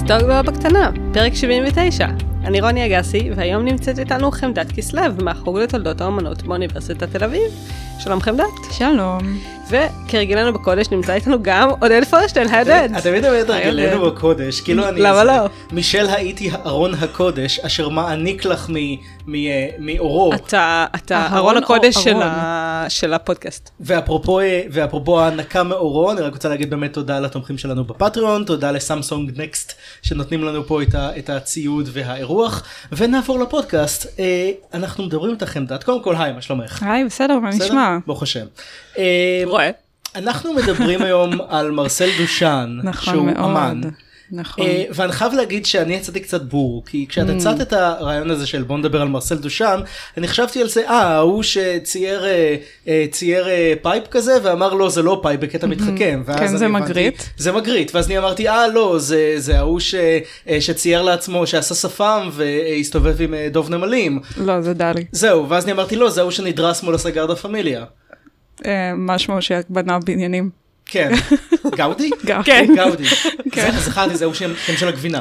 לפתור גדולה בקטנה, פרק 79. אני רוני אגסי, והיום נמצאת איתנו חמדת כסלב, מהחוג לתולדות האמנות באוניברסיטת תל אביב. שלום חמדת. שלום. וכרגלנו בקודש נמצא איתנו גם עודד פורשטיין, היי עודד. אתה מדברת רגלנו בקודש, כאילו אני... למה לא? מישל הייתי ארון הקודש, אשר מעניק לך מאורו. אתה ארון הקודש של הפודקאסט. ואפרופו הענקה מאורו, אני רק רוצה להגיד באמת תודה לתומכים שלנו בפטריון, תודה לסמסונג נקסט שנותנים לנו פה את הציוד והאירוח, ונעבור לפודקאסט. אנחנו מדברים את חמדת, קודם כל היי, מה שלומך? היי, בסדר, מה נשמע? ברוך השם. רואה. אנחנו מדברים היום על מרסל דושן, שהוא אמן. נכון. ואני חייב להגיד שאני יצאתי קצת בור, כי כשאת הצעת את הרעיון הזה של בוא נדבר על מרסל דושן, אני חשבתי על זה, הוא שצייר פייפ כזה, ואמר לא, זה לא פייפ בקטע מתחכם. כן, זה מגריט. זה מגריט, ואז אני אמרתי, לא, זה ההוא שצייר לעצמו, שעשה שפם והסתובב עם דוב נמלים. לא, זה דלי. זהו, ואז אני אמרתי, לא, זה ההוא שנדרס מול הסגרדה פמיליה. משהו שבנה בניינים. כן, גאודי? כן. גאודי. זכרתי, זהו שם של הגבינה.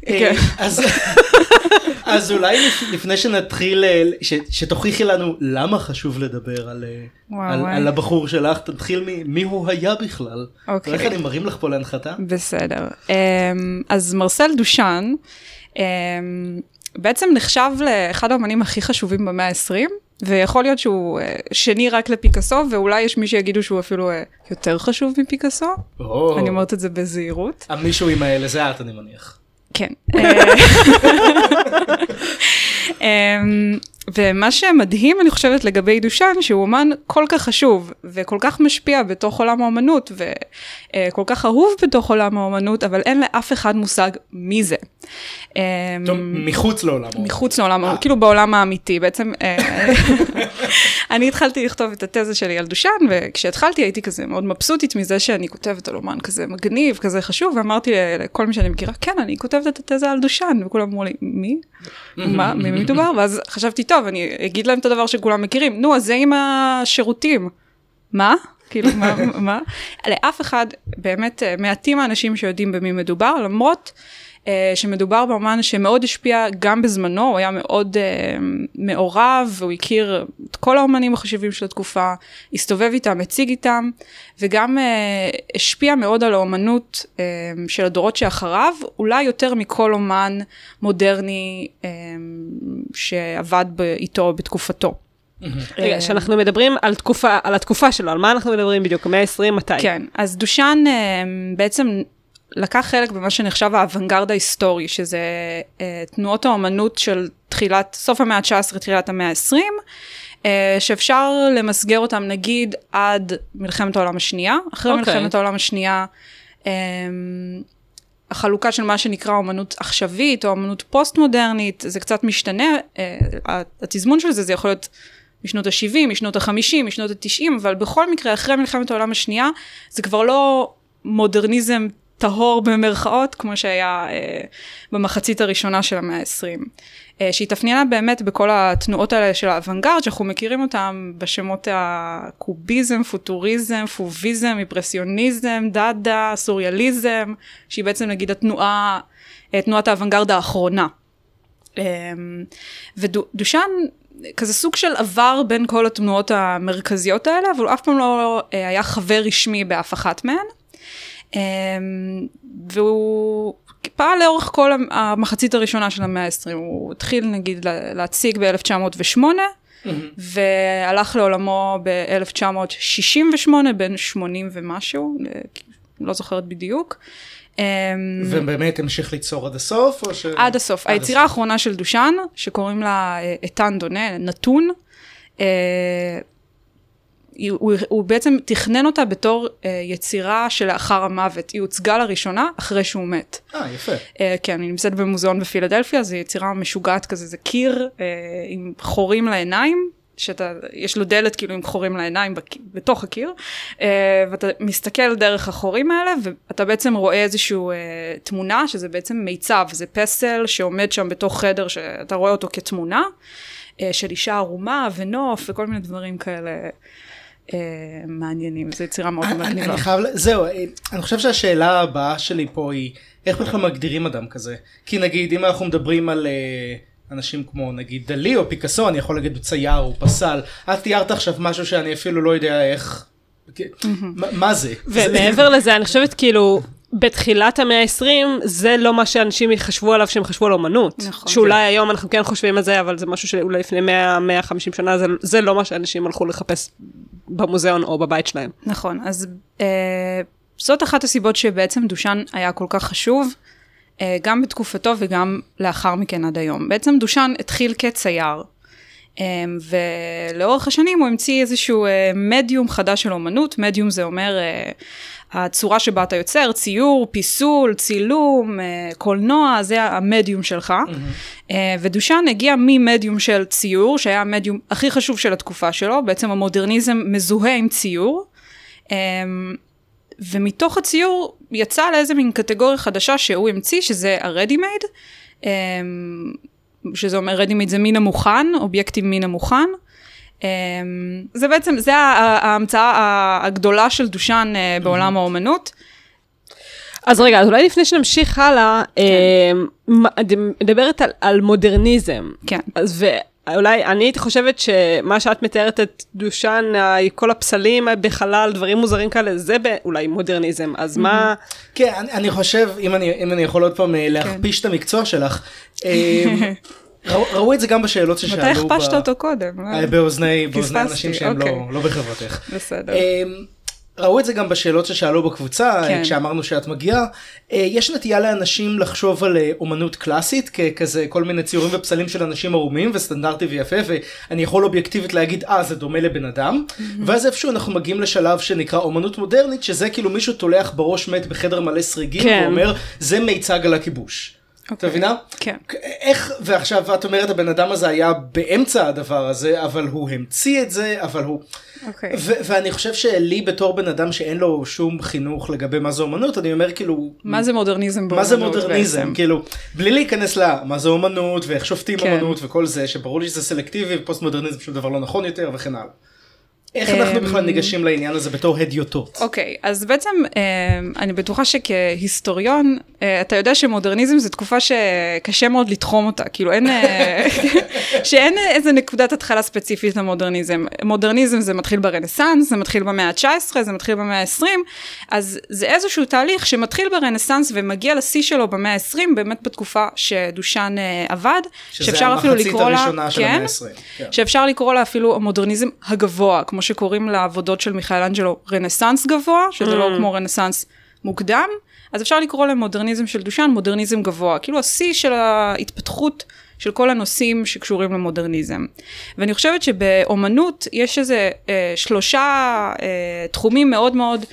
אז אולי לפני שנתחיל, שתוכיחי לנו למה חשוב לדבר על הבחור שלך, תתחיל מי הוא היה בכלל. איך אני מרים לך פה להנחתה? בסדר. אז מרסל דושן בעצם נחשב לאחד האמנים הכי חשובים במאה ה-20, ויכול להיות שהוא שני רק לפיקאסו, ואולי יש מי שיגידו שהוא אפילו יותר חשוב מפיקאסו. אני אומרת את זה בזהירות. המישהו עם האלה, זה את אני מניח. כן. ומה שמדהים אני חושבת לגבי דושן, שהוא אומן כל כך חשוב, וכל כך משפיע בתוך עולם האמנות, וכל כך אהוב בתוך עולם האמנות, אבל אין לאף אחד מושג מי זה. טוב, מחוץ לעולם. מחוץ לעולם, כאילו בעולם האמיתי. בעצם, אני התחלתי לכתוב את התזה שלי על דושן, וכשהתחלתי הייתי כזה מאוד מבסוטית מזה שאני כותבת על אומן כזה מגניב, כזה חשוב, ואמרתי לכל מי שאני מכירה, כן, אני כותבת את התזה על דושן, וכולם אמרו לי, מי? מה? מי מדובר? ואז חשבתי, טוב, אני אגיד להם את הדבר שכולם מכירים. נו, אז זה עם השירותים. מה? כאילו, מה? לאף אחד, באמת, מעטים האנשים שיודעים במי מדובר, למרות שמדובר באמן שמאוד השפיע גם בזמנו, הוא היה מאוד מעורב, והוא הכיר את כל האמנים החשובים של התקופה, הסתובב איתם, הציג איתם, וגם השפיע מאוד על האמנות של הדורות שאחריו, אולי יותר מכל אומן מודרני שעבד איתו בתקופתו. רגע, שאנחנו מדברים על התקופה שלו, על מה אנחנו מדברים בדיוק, המאה ה-20, מתי? כן, אז דושן בעצם לקח חלק במה שנחשב האוונגרד ההיסטורי, שזה תנועות האמנות של סוף המאה ה-19, תחילת המאה ה-20, שאפשר למסגר אותם נגיד עד מלחמת העולם השנייה. אחרי מלחמת העולם השנייה, החלוקה של מה שנקרא אמנות עכשווית, או אמנות פוסט-מודרנית, זה קצת משתנה. התזמון של זה יכול להיות משנות ה-70, משנות ה-50, משנות ה-90, אבל בכל מקרה, אחרי מלחמת העולם השנייה, זה כבר לא מודרניזם טהור במרכאות, כמו שהיה במחצית הראשונה של המאה ה-20. שהתאפיינה באמת בכל התנועות האלה של האוונגרד, שאנחנו מכירים אותם בשמות הקוביזם, פוטוריזם, פוביזם, אימפרסיוניזם, דאדה, סוריאליזם, שהיא בעצם נגיד תנועת האוונגרד האחרונה. ודושן כזה סוג של עבר בין כל התנועות המרכזיות האלה, אבל הוא אף פעם לא היה חבר רשמי באף אחת מהן. והוא פעל לאורך כל המחצית הראשונה של המאה ה-20, הוא התחיל נגיד להציג ב-1908, והלך לעולמו ב-1968, בין 80 ומשהו, לא זוכרת בדיוק. ובאמת המשיך ליצור עד הסוף? עד הסוף. היצירה האחרונה של דושן, שקוראים לה איתן דונה, נתון, הוא בעצם תכנן אותה בתור יצירה שלאחר המוות. היא הוצגה לראשונה אחרי שהוא מת. יפה. כן, היא נמצאת במוזיאון בפילדלפיה, זו יצירה משוגעת כזה, זה קיר עם חורים לעיניים, יש לו דלת כאילו עם חורים לעיניים בתוך הקיר, ואתה מסתכל דרך החורים האלה, ואתה בעצם רואה איזושהי תמונה, שזה בעצם מיצב, זה פסל שעומד שם בתוך חדר, שאתה רואה אותו כתמונה, של אישה ערומה ונוף, וכל מיני דברים כאלה מעניינים, זו יצירה מאוד מגניבה. זהו, אני חושב שהשאלה הבאה שלי פה היא, איך בכלל מגדירים אדם כזה? כי נגיד, אם אנחנו מדברים על אנשים כמו נגיד דלי או פיקאסו, אני יכול להגיד צייר או פסל, את תיארת עכשיו משהו שאני אפילו לא יודע איך, מה זה? ומעבר לזה, אני חושבת כאילו, בתחילת המאה ה-20, זה לא מה שאנשים יחשבו עליו, שהם חשבו על אומנות. נכון. שאולי היום אנחנו כן חושבים על זה, אבל זה משהו שאולי לפני 150 שנה, זה לא מה שאנשים הלכו לחפש במוזיאון או בבית שלהם. נכון, אז זאת אחת הסיבות שבעצם דושן היה כל כך חשוב, גם בתקופתו וגם לאחר מכן עד היום. בעצם דושן התחיל כצייר, ולאורך השנים הוא המציא איזשהו מדיום חדש של אומנות. מדיום זה אומר הצורה שבה אתה יוצר, ציור, פיסול, צילום, קולנוע, זה המדיום שלך. ודושן הגיע ממדיום של ציור, שהיה המדיום הכי חשוב של התקופה שלו, בעצם המודרניזם מזוהה עם ציור, ומתוך הציור יצא לאיזה מין קטגוריה חדשה שהוא המציא, שזה ה-ready-made, שזה אומר ready-made זה מין המוכן, אובייקטים מין המוכן. זה בעצם, זה ההמצאה הגדולה של דושן בעולם האומנות. אז רגע, אז אולי לפני שנמשיך הלאה, מדברת על מודרניזם. כן. ואולי אני הייתי חושבת שמה שאת מתארת את דושן, כל הפסלים בחלל, דברים מוזרים כאלה, זה אולי מודרניזם. אז מה... כן, אני חושב, אם אני יכול עוד פעם להכפיש את המקצוע שלך, ראו את זה גם בשאלות ששאלו. מתי הכפשת אותו קודם? באוזני אנשים שהם לא בחברתך. בסדר. ראו את זה גם בשאלות ששאלו בקבוצה, כשאמרנו שאת מגיעה. יש נטייה לאנשים לחשוב על אומנות קלאסית, ככזה כל מיני ציורים ופסלים של אנשים ערומים וסטנדרטי ויפה, ואני יכול אובייקטיבית להגיד, זה דומה לבן אדם. ואז איפשהו אנחנו מגיעים לשלב שנקרא אומנות מודרנית, שזה כאילו מישהו תולח בראש מת בחדר מלא סריגים, ואומר, זה מיצג על הכיבוש. אתה מבינה? כן. איך, ועכשיו את אומרת, הבן אדם הזה היה באמצע הדבר הזה, אבל הוא המציא את זה, אבל הוא... ואני חושב שלי בתור בן אדם שאין לו שום חינוך לגבי מה זה אומנות, אני אומר כאילו... מה זה מודרניזם באומנות? מה זה מודרניזם? כאילו, בלי להיכנס מה זה אומנות, ואיך שופטים אומנות וכל זה, שברור לי שזה סלקטיבי, ופוסט מודרניזם שום דבר לא נכון יותר וכן הלאה. איך אנחנו בכלל ניגשים לעניין הזה בתור הדיוטות? אוקיי, אז בעצם אני בטוחה שכהיסטוריון, אתה יודע שמודרניזם זה תקופה שקשה מאוד לתחום אותה, כאילו שאין איזה נקודת התחלה ספציפית למודרניזם. מודרניזם זה מתחיל ברנסנס, זה מתחיל במאה ה-19, זה מתחיל במאה ה-20, אז זה איזשהו תהליך שמתחיל ברנסנס ומגיע לשיא שלו במאה ה-20, באמת בתקופה שדושן עבד, שזה המחצית הראשונה של המאה ה-20. שאפשר לקרוא לה אפילו המודרניזם הגבוה, כמו שקוראים לעבודות של מיכאלנג'לו רנסנס גבוה, שזה לא כמו רנסנס מוקדם, אז אפשר לקרוא למודרניזם של דושן מודרניזם גבוה, כאילו השיא של ההתפתחות של כל הנושאים שקשורים למודרניזם. ואני חושבת שבאומנות יש איזה 3 תחומים מאוד מאוד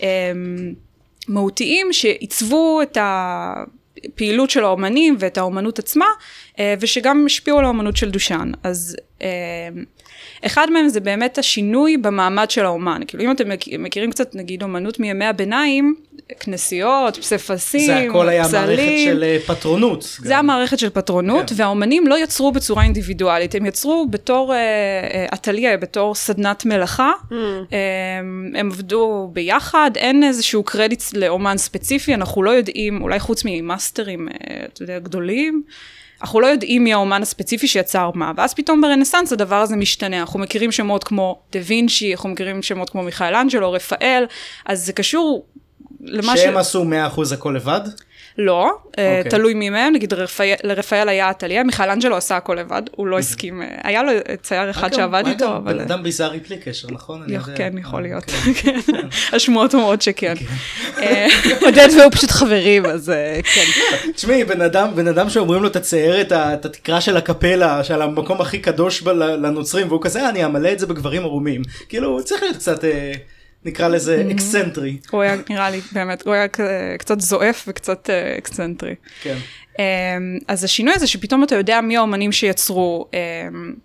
מהותיים שעיצבו את הפעילות של האומנים ואת האומנות עצמה, ושגם השפיעו על האומנות של דושן. אז אחד מהם זה באמת השינוי במעמד של האומן. כאילו אם אתם מכירים קצת נגיד אומנות מימי הביניים, כנסיות, פספסים, זה הכל היה מערכת של פטרונות. זה המערכת של פטרונות, והאומנים לא יצרו בצורה אינדיבידואלית, הם יצרו בתור אטליה, בתור סדנת מלאכה, הם עבדו ביחד, אין איזשהו קרדיט לאומן ספציפי, אנחנו לא יודעים, אולי חוץ ממאסטרים, אתה יודע, גדולים, אנחנו לא יודעים מי האומן הספציפי שיצר מה, ואז פתאום ברנסנס הדבר הזה משתנה, אנחנו מכירים שמות כמו דה וינצ'י, אנחנו מכירים שמות כמו מיכאלנג'לו, רפאל, אז זה קשור למה שהם עשו 100% הכל לבד? לא, תלוי מי מהם, נגיד לרפאל היה אטליה, מיכאלנג'לו עשה הכל לבד, הוא לא הסכים, היה לו צייר אחד שעבד איתו, אבל... בן אדם ביזארי בלי קשר, נכון? כן, יכול להיות. השמועות אומרות שכן. עודד והוא פשוט חברים, אז כן. תשמעי, בן אדם שאומרים לו תצייר את התקרה של הקפלה, של המקום הכי קדוש לנוצרים, והוא כזה, אני אמלא את זה בגברים ערומים. כאילו, צריך להיות קצת... נקרא לזה אקסצנטרי. הוא היה, נראה לי, באמת, הוא היה קצת זועף וקצת אקסצנטרי. כן. אז השינוי הזה שפתאום אתה יודע מי האומנים שיצרו,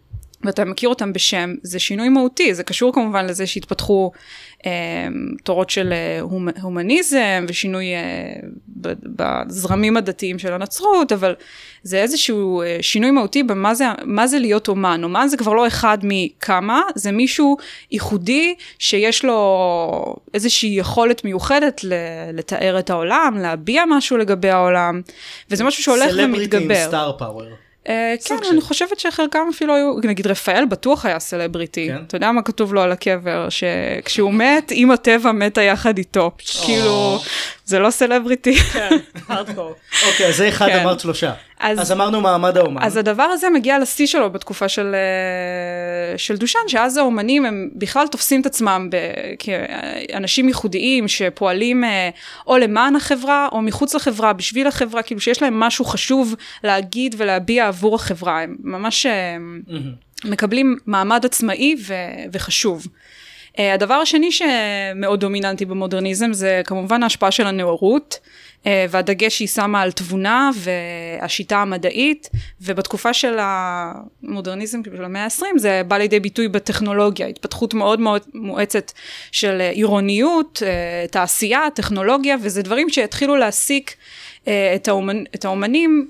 ואתה מכיר אותם בשם, זה שינוי מהותי, זה קשור כמובן לזה שהתפתחו תורות של הומניזם, ושינוי בזרמים הדתיים של הנצרות, אבל זה איזשהו שינוי מהותי במה זה להיות אומן. אומן זה כבר לא אחד מכמה, זה מישהו ייחודי, שיש לו איזושהי יכולת מיוחדת לתאר את העולם, להביע משהו לגבי העולם, וזה משהו שהולך ומתגבר. סלבריטי עם סטאר פאוור. כן, אני חושבת שחלקם אפילו היו, נגיד רפאל בטוח היה סלבריטי, אתה יודע מה כתוב לו על הקבר, שכשהוא מת, אם הטבע מתה יחד איתו, כאילו, זה לא סלבריטי. כן, הארדקור. אוקיי, אז זה אחד אמרת 3. אז אמרנו מעמד האומן. אז הדבר הזה מגיע לשיא שלו בתקופה של דושן, שאז האומנים הם בכלל תופסים את עצמם כאנשים ייחודיים שפועלים או למען החברה או מחוץ לחברה, בשביל החברה, כאילו שיש להם משהו חשוב להגיד ולהביע עבור החברה. הם ממש מקבלים מעמד עצמאי וחשוב. הדבר השני שמאוד דומיננטי במודרניזם זה כמובן ההשפעה של הנאורות, והדגש שהיא שמה על תבונה והשיטה המדעית, ובתקופה של המודרניזם של המאה ה-20 זה בא לידי ביטוי בטכנולוגיה, התפתחות מאוד מאוד מואצת של עירוניות, תעשייה, טכנולוגיה, וזה דברים שהתחילו להסיק את האומנים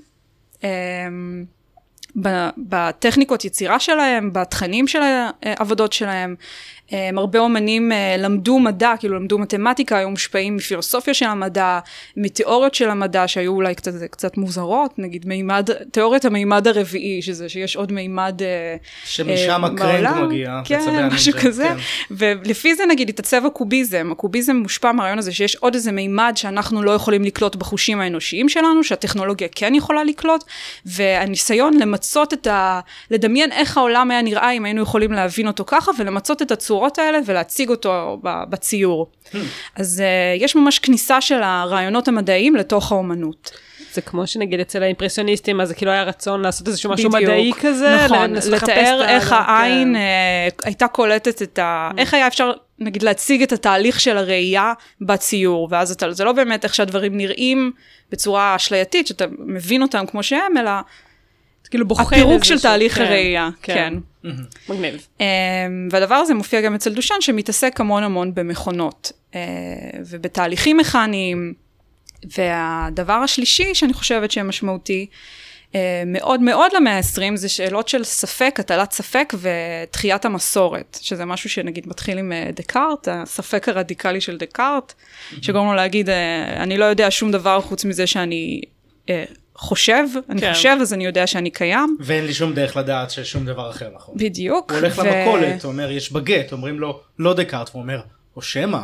בטכניקות יצירה שלהם, בתכנים של העבודות שלהם. הרבה אומנים למדו מדע, כאילו למדו מתמטיקה, היו מושפעים מפילוסופיה של המדע, מתיאוריות של המדע שהיו אולי קצת מוזרות, נגיד תיאוריית המימד הרביעי, שזה שיש עוד מימד שמשם הקרנג מגיע. כן, משהו כזה. ולפי זה נגיד התעצב הקוביזם. הקוביזם מושפע מהרעיון הזה שיש עוד איזה מימד שאנחנו לא יכולים לקלוט בחושים האנושיים שלנו, שהטכנולוגיה כן יכולה לקלוט, והניסיון למצות לדמיין איך העולם היה נראה אם היינו יכולים להבין אותו ככה, ולמצות את הצורות האלה ולהציג אותו בציור. אז יש ממש כניסה של הרעיונות המדעיים לתוך האומנות. זה כמו שנגיד אצל האימפרסיוניסטים, אז זה כאילו היה רצון לעשות איזשהו משהו מדעי כזה. נכון, לתאר איך העין הייתה קולטת את איך היה אפשר נגיד להציג את התהליך של הראייה בציור, ואז זה לא באמת איך שהדברים נראים בצורה אשלייתית, שאתה מבין אותם כמו שהם, אלא כאילו הפירוק של תהליך הראייה, כן. מגניב. והדבר הזה מופיע גם אצל דושן, שמתעסק המון במכונות, ובתהליכים מכניים, והדבר השלישי שאני חושבת שמשמעותי, מאוד מאוד למאה ה-20, זה שאלות של ספק, הטלת ספק ותחיית המסורת, שזה משהו שנגיד מתחיל עם דקארט, הספק הרדיקלי של דקארט, שגורם לו להגיד, אני לא יודע שום דבר חוץ מזה שאני חושב, אני חושב, אז אני יודע שאני קיים. ואין לי שום דרך לדעת ששום דבר אחר נכון. בדיוק. הוא הולך למכולת, הוא אומר, יש בגט, אומרים לו, לא דקארט, הוא אומר, או שמה.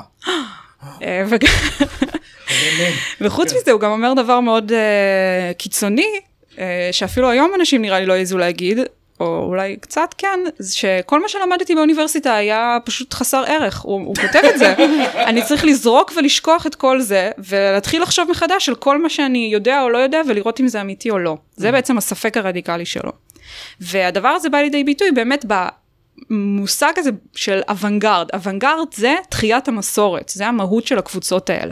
וחוץ מזה, הוא גם אומר דבר מאוד קיצוני, שאפילו היום אנשים נראה לי לא יעזו להגיד, או אולי קצת כן, שכל מה שלמדתי באוניברסיטה היה פשוט חסר ערך, הוא כותב את זה. אני צריך לזרוק ולשכוח את כל זה, ולהתחיל לחשוב מחדש על כל מה שאני יודע או לא יודע, ולראות אם זה אמיתי או לא. זה בעצם הספק הרדיקלי שלו. והדבר הזה בא לידי ביטוי באמת במושג הזה של אוונגרד. אוונגרד זה תחיית המסורת, זה המהות של הקבוצות האלה.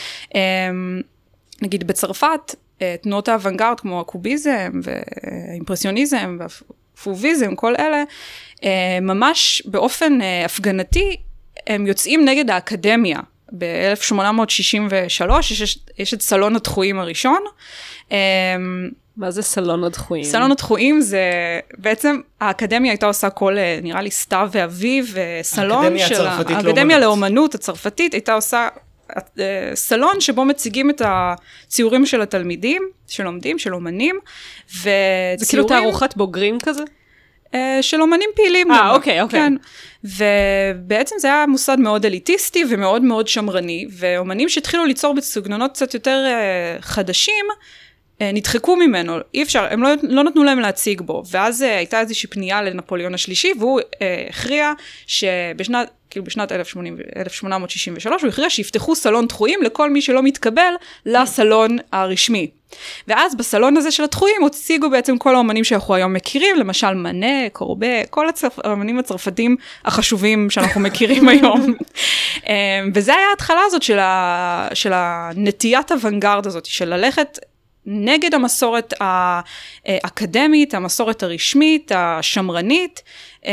נגיד בצרפת, תנועות האוונגרד כמו הקוביזם והאימפרסיוניזם והפוביזם, כל אלה, ממש באופן הפגנתי, הם יוצאים נגד האקדמיה. ב-1863 יש את סלון הדחויים הראשון. מה זה סלון הדחויים? סלון הדחויים זה בעצם, האקדמיה הייתה עושה כל, נראה לי, סתיו ואביב, סלון של האקדמיה לאומנות הצרפתית, הייתה עושה סלון שבו מציגים את הציורים של התלמידים, שלומדים, של אומנים, זה כאילו תערוכת בוגרים כזה? של אומנים פעילים. אוקיי. כן. ובעצם זה היה מוסד מאוד אליטיסטי ומאוד מאוד שמרני, ואומנים שהתחילו ליצור בסגנונות קצת יותר חדשים, נדחקו ממנו, אי אפשר, הם לא נתנו להם להציג בו, ואז הייתה איזושהי פנייה לנפוליאון השלישי, והוא הכריע בשנת 1863, הוא הכריע שיפתחו סלון דחויים לכל מי שלא מתקבל לסלון הרשמי. ואז בסלון הזה של הדחויים הציגו בעצם כל האומנים שאנחנו היום מכירים, למשל מנה, קורבה, כל האומנים הצרפתים החשובים שאנחנו מכירים היום. וזה היה ההתחלה הזאת של הנטיית אוונגרד הזאת, של ללכת נגד המסורת האקדמית, המסורת הרשמית, השמרנית,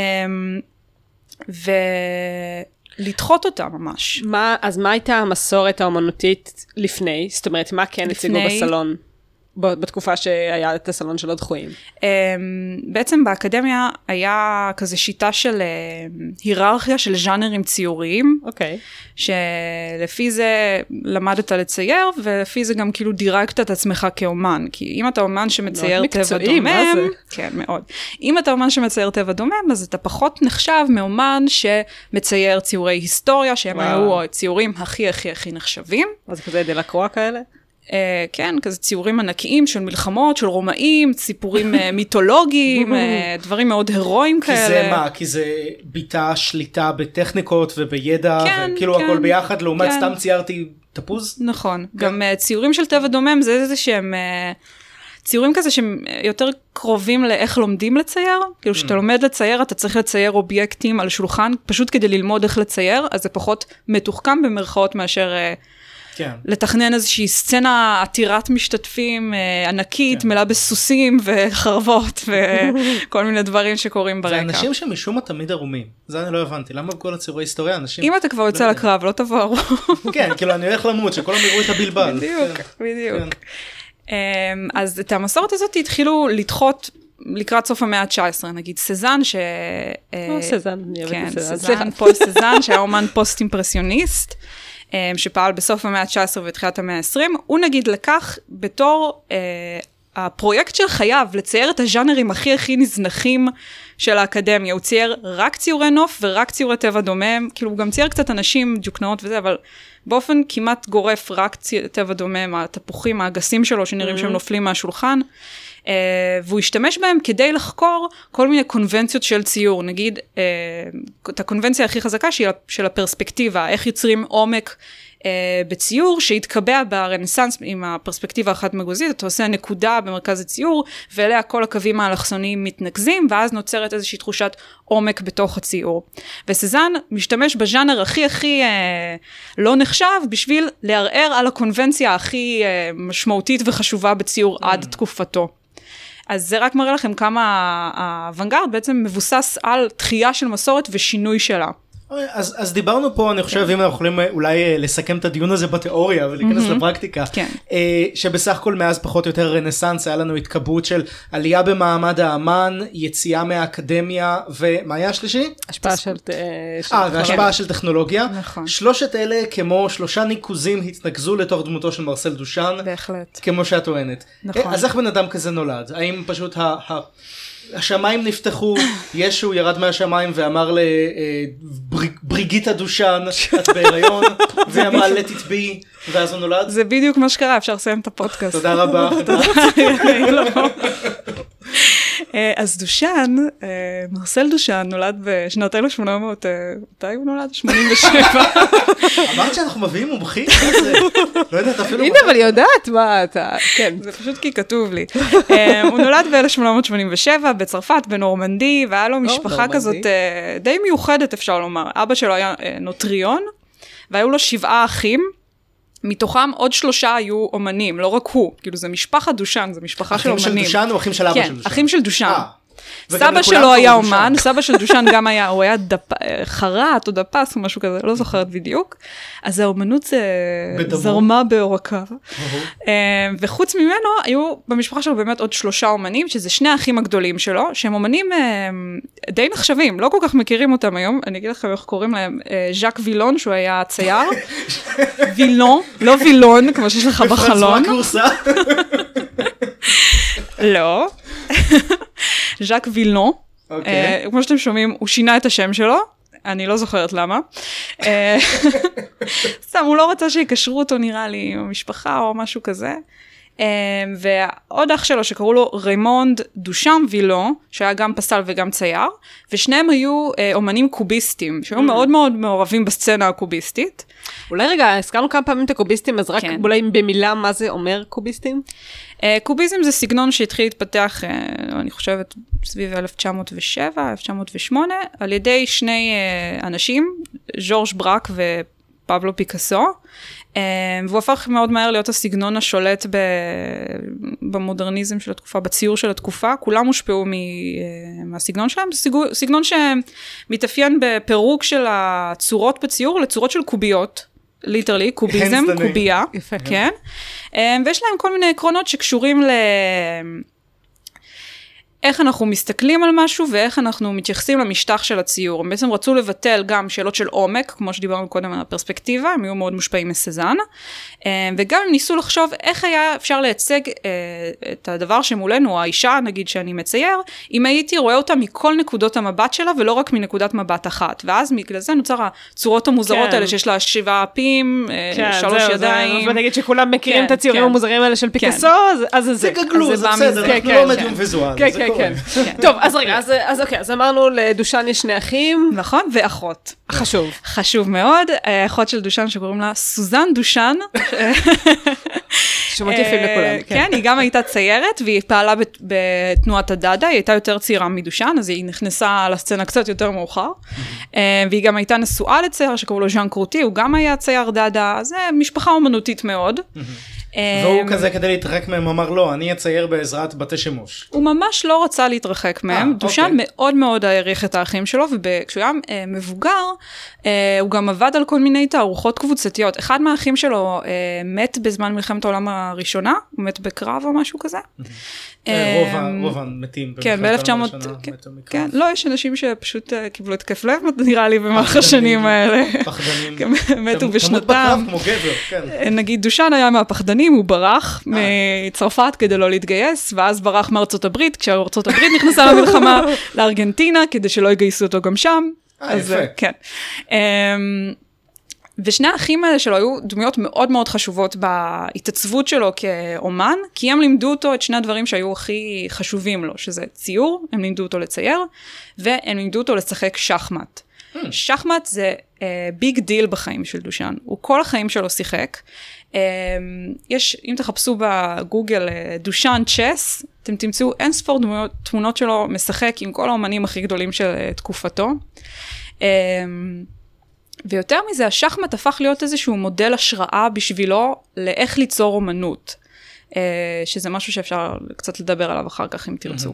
ולדחות אותה ממש. אז מה הייתה המסורת האומנותית לפני? זאת אומרת, מה כן הציגו בסלון? בתקופה שהיה את הסלון של הדחויים. בעצם באקדמיה היה כזה שיטה של היררכיה של ז'אנרים ציוריים. אוקיי. שלפי זה למדת לצייר, ולפי זה גם כאילו דירקת את עצמך כאומן. כי אם אתה אומן שמצייר טבע דומם, כן, מאוד. אם אתה אומן שמצייר טבע דומם, אז אתה פחות נחשב מאומן שמצייר ציורי היסטוריה, שהם היו הציורים הכי הכי הכי נחשבים. אז כזה דלקרוע כאלה? כן, כזה ציורים ענקיים של מלחמות, של רומאים, סיפורים מיתולוגיים, דברים מאוד הירואיים כאלה. כי זה מה? כי זה ביטה שליטה בטכניקות ובידע, וכאילו הכל ביחד, לעומת סתם ציירתי תפוז? נכון, גם ציורים של טבע דומם, זה איזה שהם ציורים כזה שהם יותר קרובים לאיך לומדים לצייר, כאילו שאתה לומד לצייר, אתה צריך לצייר אובייקטים על שולחן, פשוט כדי ללמוד איך לצייר, אז זה פחות מתוחכם במרכאות מאשר לתכנן איזושהי סצנה עתירת משתתפים ענקית, מלאה בסוסים וחרבות וכל מיני דברים שקורים ברקע. זה אנשים שמשום מה תמיד ערומים. זה אני לא הבנתי. למה בכל הציורי היסטוריה אנשים... אם אתה כבר יוצא לקרב, לא תבוא ערום. כן, כאילו אני הולך למות, שכולם יראו את הבלבל. בדיוק, בדיוק. אז את המסורת הזאת התחילו לדחות לקראת סוף המאה ה-19, נגיד סזן, סזן, אני אוהבת את סזן, פול סזן, שהיה אומן פוסט-אימפרסיוניסט, שפעל בסוף המאה ה-19 ובתחילת המאה ה-20, הוא נגיד לקח בתור הפרויקט של חייו לצייר את הז'אנרים הכי הכי נזנחים של האקדמיה. הוא צייר רק ציורי נוף ורק ציורי טבע דומם, כאילו הוא גם צייר קצת אנשים, ג'וקנאות וזה, אבל באופן כמעט גורף רק טבע דומם, התפוחים, האגסים שלו שנראים שהם נופלים מהשולחן, והוא השתמש בהם כדי לחקור כל מיני קונבנציות של ציור, נגיד את הקונבנציה הכי חזקה של הפרספקטיבה, איך יוצרים עומק בציור שהתקבע ברנסנס עם הפרספקטיבה החד מגוזית, אתה עושה נקודה במרכז הציור, ואליה כל הקווים האלכסוניים מתנקזים, ואז נוצרת איזושהי תחושת עומק בתוך הציור. וסזן משתמש בז'אנר הכי הכי לא נחשב, בשביל לערער על הקונבנציה הכי משמעותית וחשובה בציור עד תקופתו. אז זה רק מראה לכם כמה האוונגרד בעצם מבוסס על דחייה של מסורת ושינוי שלה. אז דיברנו פה, אני חושב, אם אנחנו יכולים אולי לסכם את הדיון הזה בתיאוריה ולהיכנס לפרקטיקה, שבסך הכל מאז פחות או יותר רנסנס, היה לנו התקבעות של עלייה במעמד האמן, יציאה מהאקדמיה, ומה היה השלישי? השפעה של והשפעה של טכנולוגיה. שלושת אלה כמו שלושה ניקוזים התנקזו לתוך דמותו של מרסל דושן, כמו שאת טוענת. אז איך בן אדם כזה נולד? האם פשוט השמיים נפתחו, ישו ירד מהשמיים ואמר לבריגיטה דושן, את בהיריון, והיא אמרה let it be, ואז הוא נולד? זה בדיוק מה שקרה, אפשר לסיים את הפודקאסט. תודה רבה. אז דושן, מרסל דושן נולד בשנת 1800, מתי הוא נולד? 87. אמרת שאנחנו מביאים מומחים? לא יודעת אפילו... הנה, אבל יודעת מה אתה... כן. זה פשוט כי כתוב לי. הוא נולד ב-1887 בצרפת, בנורמנדי, והיה לו משפחה כזאת די מיוחדת, אפשר לומר. אבא שלו היה נוטריון, והיו לו 7 אחים, מתוכם עוד 3 היו אומנים, לא רק הוא. כאילו זה משפחת דושן, זה משפחה של אומנים. אחים של דושן או אחים של אבא של דושן? כן, אחים של דושן. סבא שלו היה אומן, סבא של דושן גם היה, הוא היה חרט או דפס או משהו כזה, לא זוכרת בדיוק. אז האומנות זרמה בעורקיו. וחוץ ממנו היו במשפחה שלו באמת עוד 3 אומנים, שזה 2 האחים הגדולים שלו, שהם אומנים די נחשבים, לא כל כך מכירים אותם היום, אני אגיד לכם איך קוראים להם, ז'אק וילון, שהוא היה צייר, וילון, לא וילון, כמו שיש לך בחלון. לא. ז'אק וילון, כמו שאתם שומעים, הוא שינה את השם שלו, אני לא זוכרת למה. סתם, הוא לא רצה שיקשרו אותו נראה לי, עם המשפחה או משהו כזה. ועוד אח שלו שקראו לו ריימונד דושן וילון, שהיה גם פסל וגם צייר, ושניהם היו אומנים קוביסטים, שהיו מאוד מאוד מעורבים בסצנה הקוביסטית. אולי רגע, הזכרנו כמה פעמים את הקוביסטים, אז רק אולי במילה מה זה אומר קוביסטים? קוביזם זה סגנון שהתחיל להתפתח, אני חושבת, סביב 1907, 1908, על ידי 2 אנשים, ז'ורג' ברק פבלו פיקאסו, והוא הפך מאוד מהר להיות הסגנון השולט במודרניזם של התקופה, בציור של התקופה, כולם הושפעו מהסגנון שלהם, סגנון שמתאפיין בפירוק של הצורות בציור לצורות של קוביות, ליטרלי, קוביזם, קובייה, כן, ויש להם כל מיני עקרונות שקשורים איך אנחנו מסתכלים על משהו, ואיך אנחנו מתייחסים למשטח של הציור. הם בעצם רצו לבטל גם שאלות של עומק, כמו שדיברנו קודם על הפרספקטיבה, הם היו מאוד מושפעים מסזן, וגם הם ניסו לחשוב איך היה אפשר לייצג את הדבר שמולנו, האישה, נגיד שאני מצייר, אם הייתי רואה אותה מכל נקודות המבט שלה, ולא רק מנקודת מבט אחת. ואז בגלל זה נוצר הצורות המוזרות האלה, שיש לה 7 אפים, 3 ידיים. ונגיד שכולם מכירים את הציורים המוזרים האלה של פיקאסו, אז זה גגלו, זה בסדר, אנחנו לא מדיום ויזואלי. כן. טוב, אז רגע, אז אמרנו לדושן יש 2 אחים. נכון, ואחות. חשוב. חשוב מאוד. אחות של דושן שקוראים לה סוזן דושן. שמות יפים לכולם. כן, היא גם הייתה ציירת, והיא פעלה בתנועת הדאדה, היא הייתה יותר צעירה מדושן, אז היא נכנסה לסצנה קצת יותר מאוחר. והיא גם הייתה נשואה לצייר, שקראו לו ז'אן קרוטי, הוא גם היה צייר דאדה, אז זה משפחה אומנותית מאוד. והוא כזה כדי להתרחק מהם אמר לא, אני אצייר בעזרת בתי שימוש. הוא ממש לא רצה להתרחק מהם, דושן מאוד מאוד העריך את האחים שלו, וכשהוא היה מבוגר, הוא גם עבד על כל מיני תערוכות קבוצתיות. אחד מהאחים שלו מת בזמן מלחמת העולם הראשונה, הוא מת בקרב או משהו כזה. רוב המתים כן, ב-1900, כן, לא, יש אנשים שפשוט קיבלו התקף לב, נראה לי במהלך השנים האלה. פחדנים. מתו בשנתם. תמות בקרב כמו גבר, כן. נגיד דושן היה מהפחדנים, הוא ברח מצרפת כדי לא להתגייס, ואז ברח מארצות הברית, כשארצות הברית נכנסה למלחמה לארגנטינה, כדי שלא יגייסו אותו גם שם. יפה. כן. ושני האחים האלה שלו היו דמויות מאוד מאוד חשובות בהתעצבות שלו כאומן, כי הם לימדו אותו את שני הדברים שהיו הכי חשובים לו, שזה ציור, הם לימדו אותו לצייר, והם לימדו אותו לשחק שחמט. שחמט זה ביג דיל בחיים של דושן, הוא כל החיים שלו שיחק. יש, אם תחפשו בגוגל דושן צ'ס, אתם תמצאו אין ספור תמונות שלו משחק עם כל האומנים הכי גדולים של תקופתו. ויותר מזה, השחמט הפך להיות איזשהו מודל השראה בשבילו לאיך ליצור אומנות, שזה משהו שאפשר קצת לדבר עליו אחר כך אם תרצו.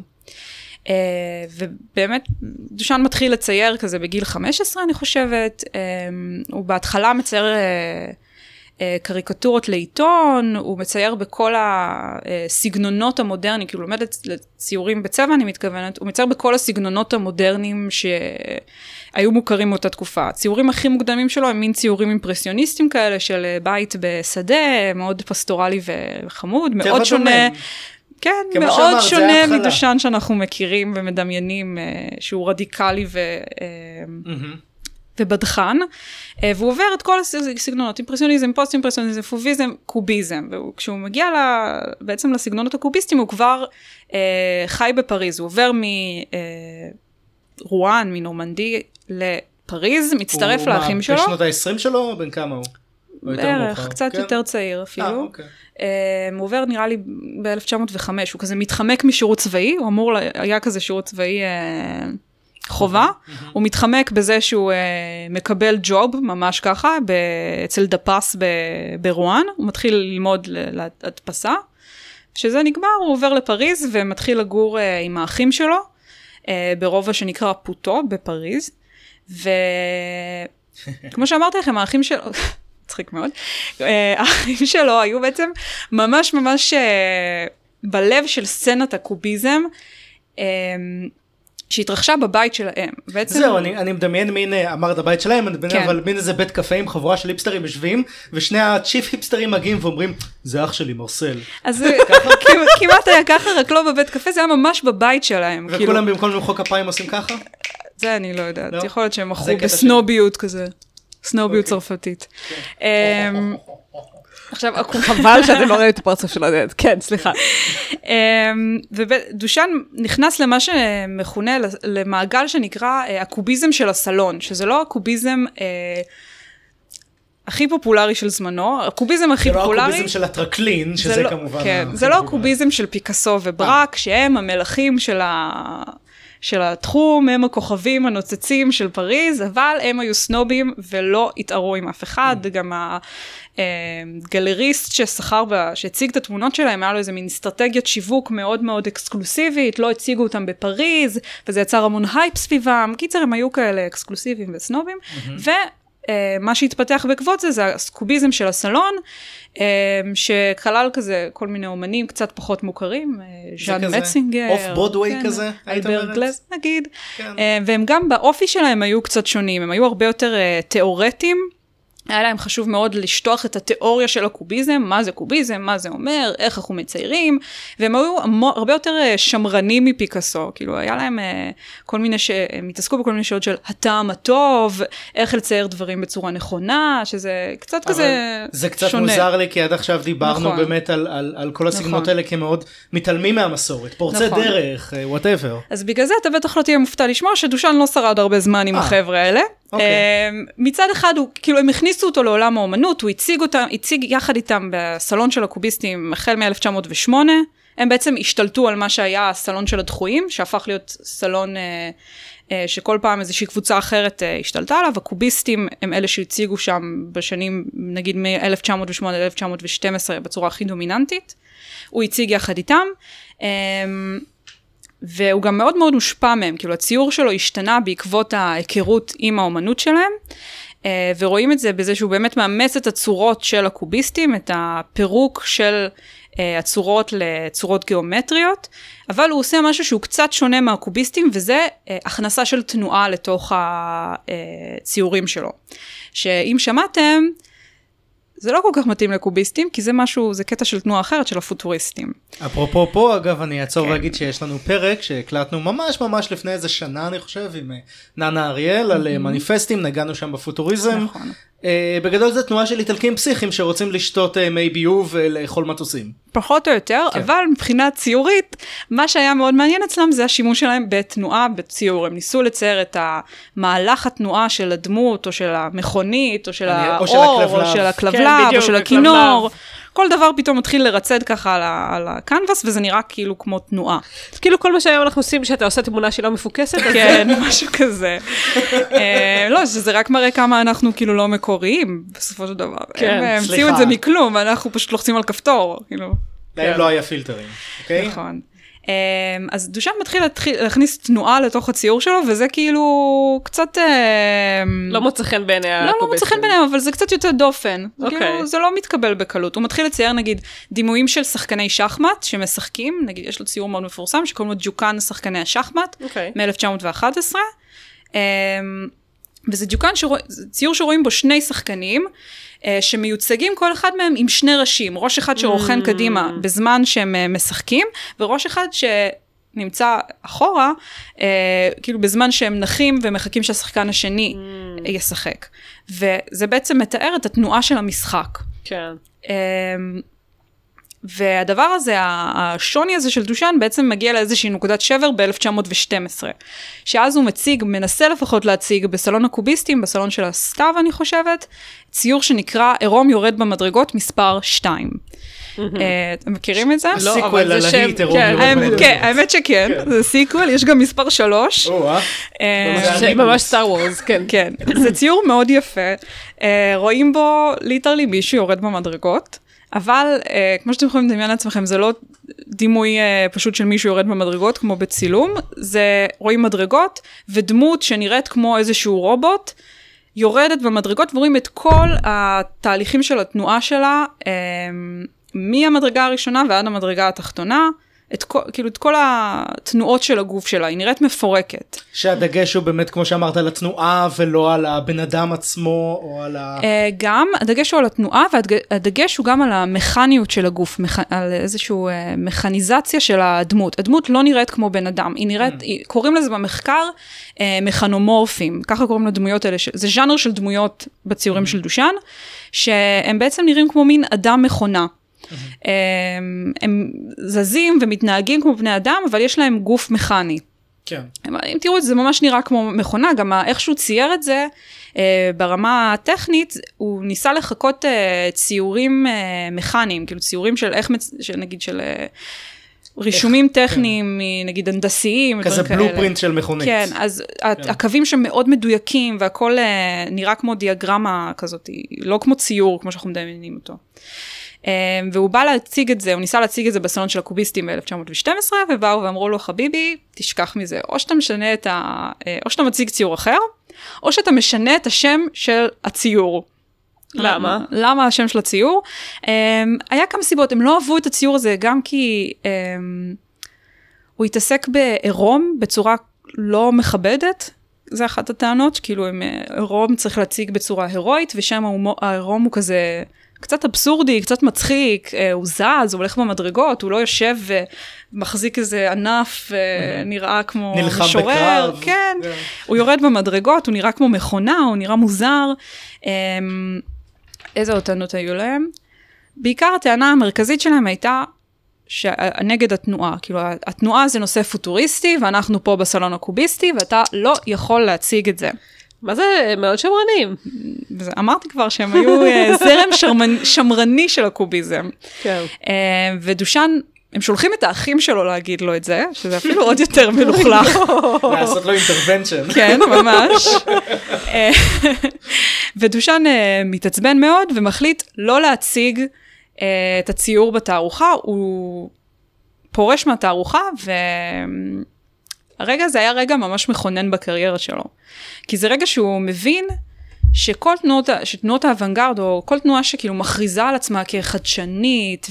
ובאמת, דושן מתחיל לצייר כזה בגיל 15, אני חושבת, הוא בהתחלה מצייר קריקטורות לעיתון, הוא מצייר בכל הסגנונות המודרניים, כאילו לומד לציורים בצבע, אני מתכוונת, הוא מצייר בכל הסגנונות המודרניים שהיו מוכרים מאותה תקופה. הציורים הכי מוקדמים שלו הם מין ציורים אימפרסיוניסטיים כאלה, של בית בשדה, מאוד פסטורלי וחמוד, מאוד שונה. כן, מאוד שונה מדושן שאנחנו מכירים ומדמיינים, שהוא רדיקלי ובדחן, והוא עובר את כל הסגנונות, אימפרסיוניזם, פוסט-אימפרסיוניזם, פוביזם, קוביזם, וכשהוא מגיע בעצם לסגנונות הקוביסטיים, הוא כבר חי בפריז, הוא עובר מרואן, מנורמנדי לפריז, מצטרף לאחים שלו. הוא בשנות ה-20 שלו? בין כמה הוא? בערך, קצת יותר צעיר אפילו. הוא עובר נראה לי ב-1905, הוא כזה מתחמק משירות צבאי, הוא אמור, היה כזה שירות צבאי חובה, הוא מתחמק בזה שהוא מקבל ג'וב, ממש ככה, אצל דפס ברואן, הוא מתחיל ללמוד להדפסה, כשזה נגמר, הוא עובר לפריז ומתחיל לגור עם האחים שלו, ברובע שנקרא פוטו בפריז, וכמו שאמרתי לכם, האחים שלו, צחיק מאוד, האחים שלו היו בעצם ממש ממש בלב של סצנת הקוביזם, שהתרחשה בבית שלהם. זהו, אני מדמיין מין, אמרת הבית שלהם, אבל מין איזה בית קפה עם חבורה של היפסטרים יושבים, ושני הצ'יפ היפסטרים מגיעים ואומרים, זה אח שלי מרסל. אז כמעט היה ככה, רק לא בבית קפה, זה היה ממש בבית שלהם. וכולם במקום למחוא כפיים עושים ככה? זה אני לא יודעת, יכול להיות שהם מחו בסנוביות כזה, סנוביות צרפתית. עכשיו, חבל שאתם לא רואים את הפרצוף של הדעת. כן, סליחה. ודושן נכנס למה שמכונה, למעגל שנקרא הקוביזם של הסלון, שזה לא הקוביזם הכי פופולרי של זמנו, הקוביזם הכי פופולרי. זה לא הקוביזם של הטרקלין, שזה כמובן. כן, זה לא הקוביזם של פיקאסו וברק, שהם המלכים של התחום, הם הכוכבים הנוצצים של פריז, אבל הם היו סנובים ולא התערו עם אף אחד, גם הגלריסט שהציג את התמונות שלהם, היה לו איזה מין אסטרטגיית שיווק מאוד מאוד אקסקלוסיבית, לא הציגו אותם בפריז, וזה יצר המון הייפ סביבם, קיצר הם היו כאלה אקסקלוסיביים וסנובים, ומה שהתפתח בעקבות זה, זה הסקוביזם של הסלון, שכלל כזה כל מיני אומנים קצת פחות מוכרים, ז'אן מצינגר, אוף ברודווי כזה, אלבר גלז נגיד, והם גם באופי שלהם היו קצת שונים, הם היו הרבה יותר תיאורטיים, היה להם חשוב מאוד לשטוח את התיאוריה של הקוביזם, מה זה קוביזם, מה זה אומר, איך אנחנו מציירים, והם היו הרבה יותר שמרנים מפיקאסו, כאילו היה להם כל מיני הם התעסקו בכל מיני שאלות של הטעם הטוב, איך לצייר דברים בצורה נכונה, שזה קצת כזה שונה. זה קצת מוזר לי, כי עד עכשיו דיברנו באמת על כל הסגנונות האלה, כי מאוד מתעלמים מהמסורת, פורצי דרך, whatever. אז בגלל זה אתה בטח לא תהיה מופתע לשמוע שדושן לא שרד הרבה זמן עם החבר'ה האלה. מצד אחד, כאילו הם הכניסו אותו לעולם האומנות, הוא הציג יחד איתם בסלון של הקוביסטים החל מ-1908, הם בעצם השתלטו על מה שהיה הסלון של הדחויים, שהפך להיות סלון שכל פעם איזושהי קבוצה אחרת השתלטה עליו, הקוביסטים הם אלה שהציגו שם בשנים, נגיד מ-1908 ל-1912 בצורה הכי דומיננטית, הוא הציג יחד איתם, והוא גם מאוד מאוד מושפע מהם, כאילו הציור שלו השתנה בעקבות ההיכרות עם האומנות שלהם, ורואים את זה בזה שהוא באמת מאמץ את הצורות של הקוביסטים, את הפירוק של הצורות לצורות גיאומטריות, אבל הוא עושה משהו שהוא קצת שונה מהקוביסטים, וזה הכנסה של תנועה לתוך הציורים שלו. שאם שמעתם, זה לא כל כך מתאים לקוביסטים, כי זה משהו, זה קטע של תנועה אחרת של הפוטוריסטים. אפרופו פה, אגב, אני אעצור ואגיד שיש לנו פרק שהקלטנו ממש לפני איזה שנה, אני חושב, עם ננה אריאל, על מניפסטים, נגענו שם בפוטוריזם. נכון. בגדול זה תנועה של איטלקים פסיכיים שרוצים לשתות מי ביוב ולאכול מטוסים. פחות או יותר, אבל מבחינה ציורית, מה שהיה מאוד מעניין אצלם זה השימוש שלהם בתנועה, בציור. הם ניסו לצייר את המהלך התנועה של הדמות, או של המכונית, או של האור, או של הכלבלב, או של הכינור. כל דבר פתאום מתחיל לרצד ככה על הקנבס, וזה נראה כאילו כמו תנועה. כאילו כל מה שהיום אנחנו עושים, שאתה עושה תמונה שהיא לא מפוקסת. כן, משהו כזה. לא, שזה רק מראה כמה אנחנו כאילו לא מקוריים, בסופו של דבר. הם המציאו את זה מכלום, ואנחנו פשוט לוחצים על כפתור. להם לא היה פילטרים, אוקיי? נכון. אז דושן מתחיל להכניס תנועה לתוך הציור שלו, וזה כאילו קצת לא מוצא חן בעיני לא מוצא חן בעיניהם, אבל זה קצת יותר דופן. זה לא מתקבל בקלות. הוא מתחיל לצייר נגיד דימויים של שחקני שחמט שמשחקים, נגיד יש לו ציור מאוד מפורסם שקוראים לו ג'וקן שחקני השחמט מ-1911, וזה ג'וקן, ציור שרואים בו שני שחקנים, שמיוצגים כל אחד מהם עם שני ראשים, ראש אחד שרוכן קדימה בזמן שהם משחקים, וראש אחד שנמצא אחורה, כאילו בזמן שהם נחים ומחכים שהשחקן השני ישחק. וזה בעצם מתאר את התנועה של המשחק. כן. והדבר הזה, השוני הזה של דושן בעצם מגיע לאיזושהי נקודת שבר ב-1912, שאז הוא מנסה לפחות להציג בסלון הקוביסטים, בסלון של הסתיו אני חושבת, ציור שנקרא עירום יורד במדרגות מספר 2. אתם מכירים את זה? לא, אבל זה שם. כן, האמת שכן, זה סיקוול, יש גם מספר 3. זה ממש סטאר וורס, כן. כן, זה ציור מאוד יפה, רואים בו ליטרלי מישהו יורד במדרגות, אבל כמו שאתם יכולים לדמיין לעצמכם, זה לא דימוי פשוט של מישהו יורד במדרגות, כמו בצילום, זה רואים מדרגות, ודמות שנראית כמו איזשהו רובוט, יורדת במדרגות, ורואים את כל התהליכים של התנועה שלה, מהמדרגה הראשונה ועד המדרגה התחתונה, כאילו את כל התנועות של הגוף שלה, היא נראית מפורקת. שהדגש הוא באמת, כמו שאמרת, על התנועה, ולא על הבן אדם עצמו, או על גם, הדגש הוא על התנועה, והדגש הוא גם על המכניות של הגוף, על איזושהי מכניזציה של הדמות. הדמות לא נראית כמו בן אדם, היא נראית, קוראים לזה במחקר, מכנומורפים, ככה קוראים לדמויות האלה, זה ז'אנר של דמויות בציורים של דושן, שהם בעצם נראים כמו מין אדם מכונה. הם זזים ומתנהגים כמו בני אדם, אבל יש להם גוף מכני. כן. אם תראו את זה, זה ממש נראה כמו מכונה, גם איך שהוא צייר את זה, ברמה הטכנית, הוא ניסה לחכות ציורים מכניים, כאילו ציורים של איך, נגיד של רישומים טכניים, נגיד הנדסיים, כזה בלופרינט של מכונית. כן, אז הקווים שם מאוד מדויקים, והכל נראה כמו דיאגרמה כזאת, לא כמו ציור, כמו שאנחנו מדמיינים אותו. והוא בא להציג את זה, הוא ניסה להציג את זה בסלון של הקוביסטים ב-1912, ובאו ואמרו לו, חביבי, תשכח מזה, או שאתה משנה או שאתה מציג ציור אחר, או שאתה משנה את השם של הציור. למה? למה השם של הציור? היה כמה סיבות, הם לא אהבו את הציור הזה, גם כי הוא התעסק בעירום בצורה לא מכבדת, זה אחת הטענות, כאילו עירום צריך להציג בצורה הירואית, ושם העירום הוא כזה קצת אבסורדי, קצת מצחיק, הוא זז, הוא הולך במדרגות, הוא לא יושב ומחזיק איזה ענף, נראה כמו משורר, כן, הוא יורד במדרגות, הוא נראה כמו מכונה, הוא נראה מוזר, איזה עוד טענות היו להם? בעיקר הטענה המרכזית שלהם הייתה נגד התנועה, כאילו התנועה זה נושא פוטוריסטי, ואנחנו פה בסלון הקוביסטי, ואתה לא יכול להציג את זה. מה זה? מאוד שמרנים. אמרתי כבר שהם היו זרם שמרני של הקוביזם. כן. ודושן, הם שולחים את האחים שלו להגיד לו את זה, שזה אפילו עוד יותר מלוכלך. לעשות לו אינטרוונצ'ן. כן, ממש. ודושן מתעצבן מאוד ומחליט לא להציג את הציור בתערוכה, הוא פורש מהתערוכה, והרגע הזה היה רגע ממש מכונן בקריירה שלו. כי זה רגע שהוא מבין שתנועות האוונגרד, או כל תנועה שכאילו מכריזה על עצמה כחדשנית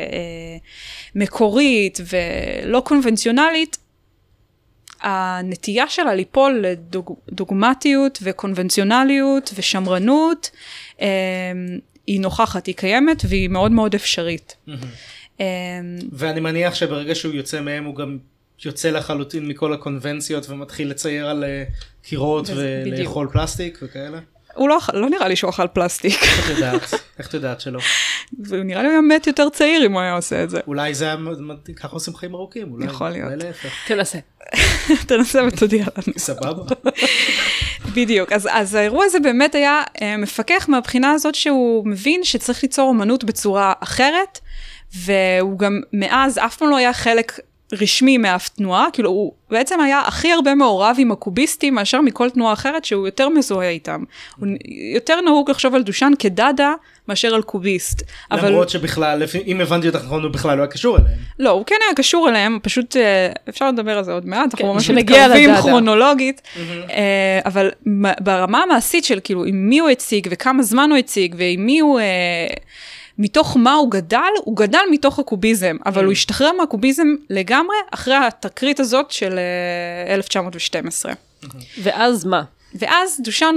ומקורית ולא קונבנציונלית, הנטייה שלה ליפול לדוגמטיות וקונבנציונליות ושמרנות, היא נוכחת, היא קיימת והיא מאוד מאוד אפשרית. ואני מניח שברגע שהוא יוצא מהם הוא גם יוצא לחלוטין מכל הקונבנציות ומתחיל לצייר על קירות ולאכול פלסטיק וכאלה. הוא לא נראה לי שהוא אכל פלסטיק. איך את יודעת שלא? והוא נראה לי היה מת יותר צעיר אם הוא היה עושה את זה. אולי זה היה, ככה עושים חיים ארוכים. יכול להיות. תנסה. תנסה ותודיע לנו. סבבה. בדיוק. אז האירוע הזה באמת היה מפקח מהבחינה הזאת שהוא מבין שצריך ליצור אומנות בצורה אחרת, והוא גם מאז אף פעם לא היה חלק רשמי מאף תנועה, כאילו הוא בעצם היה הכי הרבה מעורב עם הקוביסטים מאשר מכל תנועה אחרת שהוא יותר מזוהה איתם. הוא יותר נהוג לחשוב על דושן כדדה מאשר על קוביסט. למרות שבכלל, אם הבנתי אותך נכון, הוא בכלל לא היה קשור אליהם. לא, הוא כן היה קשור אליהם, פשוט אפשר לדבר על זה עוד מעט, אנחנו ממש מתקרבים כרונולוגית, אבל ברמה המעשית של כאילו עם מי הוא הציג וכמה זמן הוא הציג ועם מי הוא מתוך מה הוא גדל מתוך הקוביזם, אבל הוא השתחרר מהקוביזם לגמרי אחרי התקרית הזאת של 1912. ואז מה? ואז דושן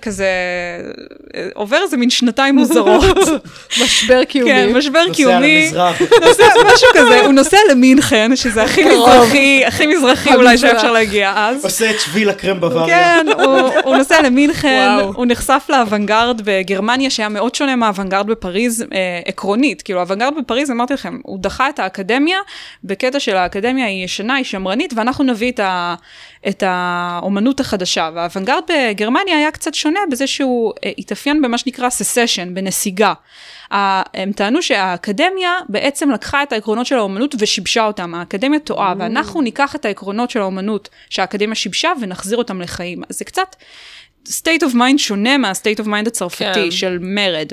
עובר איזה מין שנתיים מוזרות. משבר קיומי. כן, משבר קיומי. נוסע למזרח. משהו כזה, הוא נוסע למינכן, שזה הכי מזרחי אולי שאפשר להגיע אז. עושה את שביל הקרם בוואריה. כן, הוא נוסע למינכן, הוא נחשף לאוונגרד בגרמניה, שהיה מאוד שונה מהאוונגרד בפריז עקרונית. כאילו, האוונגרד בפריז, אמרתי לכם, הוא דחה את האקדמיה, בקטע של האקדמיה היא ישנה, היא שמרנית, ואנחנו נביא את האומנות החדשה. והאוונגרד בגרמניה היה קצת שונה בזה שהוא התאפיין במה שנקרא ססשן, בנסיגה. הם טענו שהאקדמיה בעצם לקחה את העקרונות של האומנות ושיבשה אותם. האקדמיה טועה, ואנחנו ניקח את העקרונות של האומנות שהאקדמיה שיבשה ונחזיר אותם לחיים. אז זה קצת state of mind שונה מה-state of mind הצרפתי של מרד.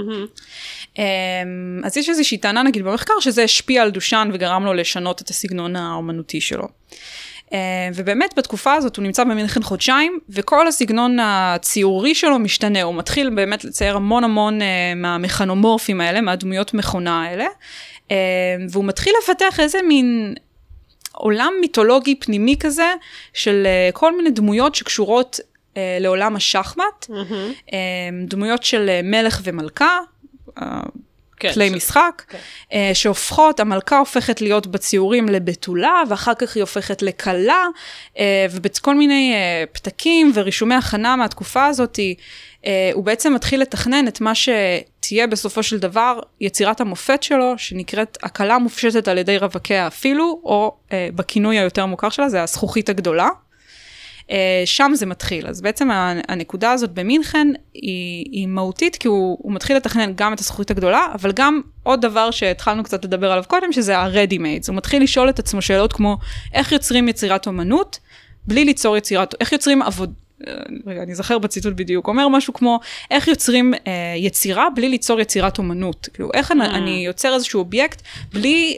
אז יש איזושהי טענה נגיד במחקר שזה השפיע על דושן וגרם לו לשנות את הסגנון האומנותי שלו. ובאמת בתקופה הזאת הוא נמצא במינכן חודשיים, וכל הסגנון הציורי שלו משתנה, הוא מתחיל באמת לצייר המון מהמכנומורפים האלה, מהדמויות מכונה האלה, והוא מתחיל לפתח איזה מין עולם מיתולוגי פנימי כזה, של כל מיני דמויות שקשורות לעולם השחמט, דמויות של מלך ומלכה, כלי משחק, שהופכות, המלכה הופכת להיות בציורים לבתולה, ואחר כך היא הופכת לקלה, ובכל מיני פתקים ורישומי הכנה מהתקופה הזאת, הוא בעצם מתחיל לתכנן את מה שתהיה בסופו של דבר יצירת המופת שלו, שנקראת הקלה מופשטת על ידי רווקיה אפילו, או בכינוי היותר מוכר שלה, זה הזכוכית הגדולה. שם זה מתחיל. אז בעצם הנקודה הזאת במינכן היא מהותית, כי הוא מתחיל לתכנן גם את הזכוכית הגדולה, אבל גם עוד דבר שהתחלנו קצת לדבר עליו קודם, שזה ה-ready made. הוא מתחיל לשאול את עצמו שאלות כמו, איך יוצרים יצירת אומנות, בלי ליצור יצירת, איך יוצרים עבוד, רגע, אני זוכר בציטוט בדיוק, אומר משהו כמו, איך יוצרים יצירה בלי ליצור יצירת אומנות. כאילו, איך אני יוצר איזשהו אובייקט, בלי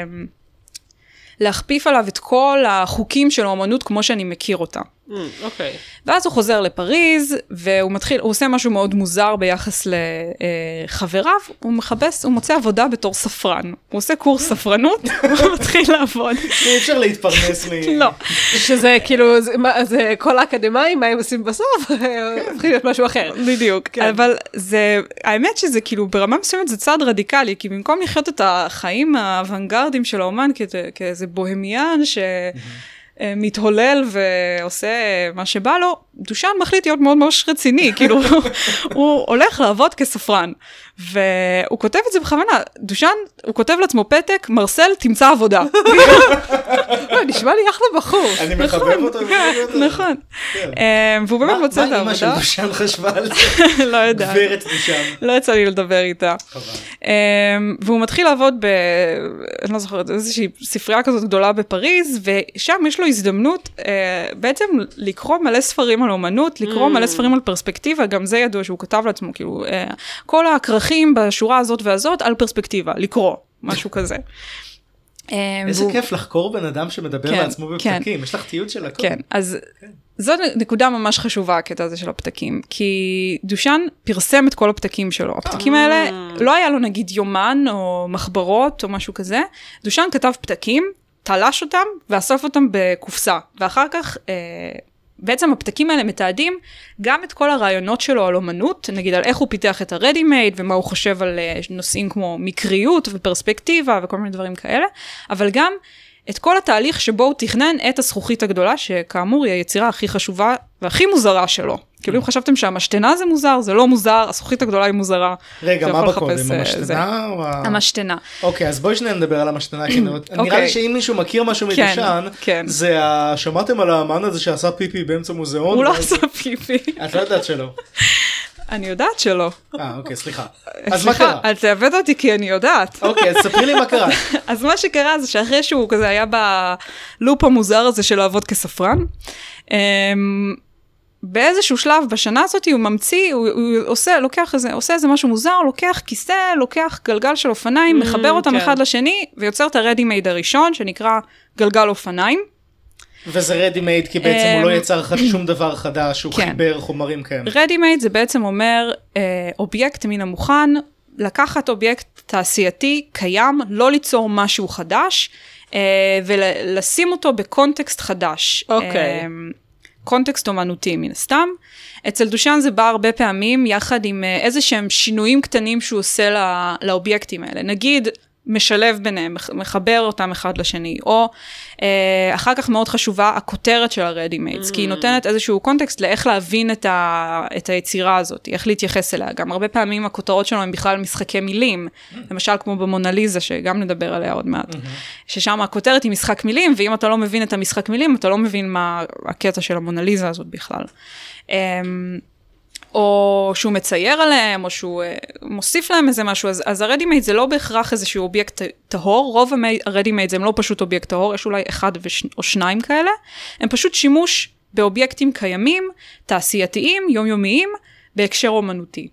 להכפיף עליו את כל החוקים של האומנות כמו שאני מכיר אותה. אוקיי. ואז הוא חוזר לפריז, והוא עושה משהו מאוד מוזר ביחס לחבריו, הוא מוצא עבודה בתור ספרן. הוא עושה קורס ספרנות, הוא מתחיל לעבוד. אי אפשר להתפרנס לא. שזה כאילו, זה כל האקדמיים, מה הם עושים בסוף? הולכים להיות משהו אחר. בדיוק. אבל האמת שזה כאילו, ברמה מסוימת זה צעד רדיקלי, כי במקום לחיות את החיים האוונגרדים של האומן, כאיזה בוהמיין מתהולל ועושה מה שבא לו, דושן מחליט להיות מאוד מאוד רציני, כאילו הוא הולך לעבוד כספרן, והוא כותב את זה בכוונה, דושן, הוא כותב לעצמו פתק, מרסל, תמצא עבודה. נשמע לי אחלה בחור. אני מחבב אותו. נכון. והוא באמת מוצא את העבודה. מה אמא של דושן חשבה על זה? לא יודע. גברת דושן. לא יצא לי לדבר איתה. והוא מתחיל לעבוד אני לא זוכרת, איזושהי ספרייה כזאת גדולה בפריז, ושם יש לו הזדמנות בעצם לקרוא מלא ספרים על אומנות, לקרוא מלא ספרים על פרספקטיבה, גם זה ידוע שהוא כתב לעצמו, כאילו, כל הכרכים בשורה הזאת והזאת על פרספקטיבה, לקרוא, משהו כזה. איזה כיף לחקור בן אדם שמדבר לעצמו בפתקים, יש לך תיעוד של הכל. כן, אז זאת נקודה ממש חשובה, הקטע הזה של הפתקים, כי דושן פרסם את כל הפתקים שלו. הפתקים האלה, לא היה לו נגיד יומן או מחברות או משהו כזה, דושן כתב פתקים, תלש אותם ואסף אותם בקופסה, ואחר כך בעצם הפתקים האלה מתעדים גם את כל הרעיונות שלו על אומנות, נגיד על איך הוא פיתח את ה-ready made, ומה הוא חושב על נושאים כמו מקריות ופרספקטיבה וכל מיני דברים כאלה, אבל גם את כל התהליך שבו הוא תכנן את הזכוכית הגדולה, שכאמור היא היצירה הכי חשובה והכי מוזרה שלו. כאילו אם חשבתם שהמשתנה זה מוזר, זה לא מוזר, הזכוכית הגדולה היא מוזרה. רגע, מה בקודם? המשתנה? המשתנה. אוקיי, אז בואי שניה נדבר על המשתנה, כי נראה לי שאם מישהו מכיר משהו מדושן, זה שמעתם על האמן הזה שעשה פיפי באמצע מוזיאון? הוא לא עשה פיפי. את לא יודעת שלא. אני יודעת שלא. אוקיי, סליחה. אז מה קרה? אל תעבד אותי כי אני יודעת. אוקיי, אז ספרי לי מה קרה. אז מה שקרה זה שאחרי שהוא כזה היה בלופ המוזר הזה של לעבוד כספרן, באיזשהו שלב בשנה הזאת הוא ממציא, הוא עושה איזה משהו מוזר, לוקח כיסא, לוקח גלגל של אופניים, מחבר אותם אחד לשני, ויוצר את ה-ready made הראשון, שנקרא גלגל אופניים. וזה ready made, כי בעצם הוא לא יצר שום דבר חדש, הוא חיבר חומרים כאלה. ready made זה בעצם אומר, אובייקט מן המוכן, לקחת אובייקט תעשייתי, קיים, לא ליצור משהו חדש, ולשים אותו בקונטקסט חדש. אוקיי. קונטקסט אומנותי מן הסתם. אצל דושן זה בא הרבה פעמים יחד עם איזה שהם שינויים קטנים שהוא עושה לאובייקטים האלה. נגיד, משלב ביניהם, מחבר אותם אחד לשני, או אחר כך מאוד חשובה הכותרת של ה-ready made, כי היא נותנת איזשהו קונטקסט לאיך להבין את היצירה הזאת, איך להתייחס אליה. גם הרבה פעמים הכותרות שלו הם בכלל משחקי מילים, למשל כמו במונליזה, שגם נדבר עליה עוד מעט, ששם הכותרת היא משחק מילים, ואם אתה לא מבין את המשחק מילים, אתה לא מבין מה הקטע של המונליזה הזאת בכלל. או שהוא מצייר עליהם, או שהוא מוסיף להם איזה משהו, אז ה-ready made זה לא בהכרח איזשהו אובייקט טהור, רוב ה-ready made זה הם לא פשוט אובייקט טהור, יש אולי אחד או שניים כאלה, הם פשוט שימוש באובייקטים קיימים, תעשייתיים, יומיומיים, בהקשר אומנותי.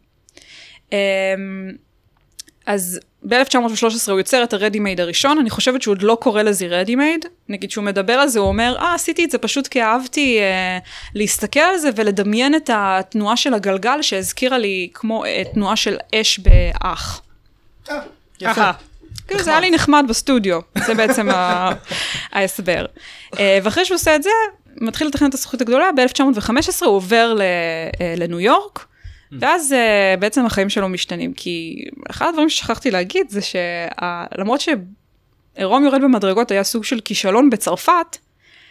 אז ב-1913 הוא יוצר את ה-ready made הראשון, אני חושבת שהוא עוד לא קורא לזה ready made, נגיד שהוא מדבר על זה, הוא אומר, עשיתי את זה פשוט כי אהבתי להסתכל על זה ולדמיין את התנועה של הגלגל שהזכירה לי כמו תנועה של אש באח. יפה. כאילו זה היה לי נחמד בסטודיו, זה בעצם ההסבר. ואחרי שהוא עושה את זה, מתחיל לתכנן את הזכוכית הגדולה, ב-1915 הוא עובר לניו יורק, ואז בעצם החיים שלו משתנים, כי אחד הדברים ששכחתי להגיד זה שלמרות שעירום יורד במדרגות היה סוג של כישלון בצרפת,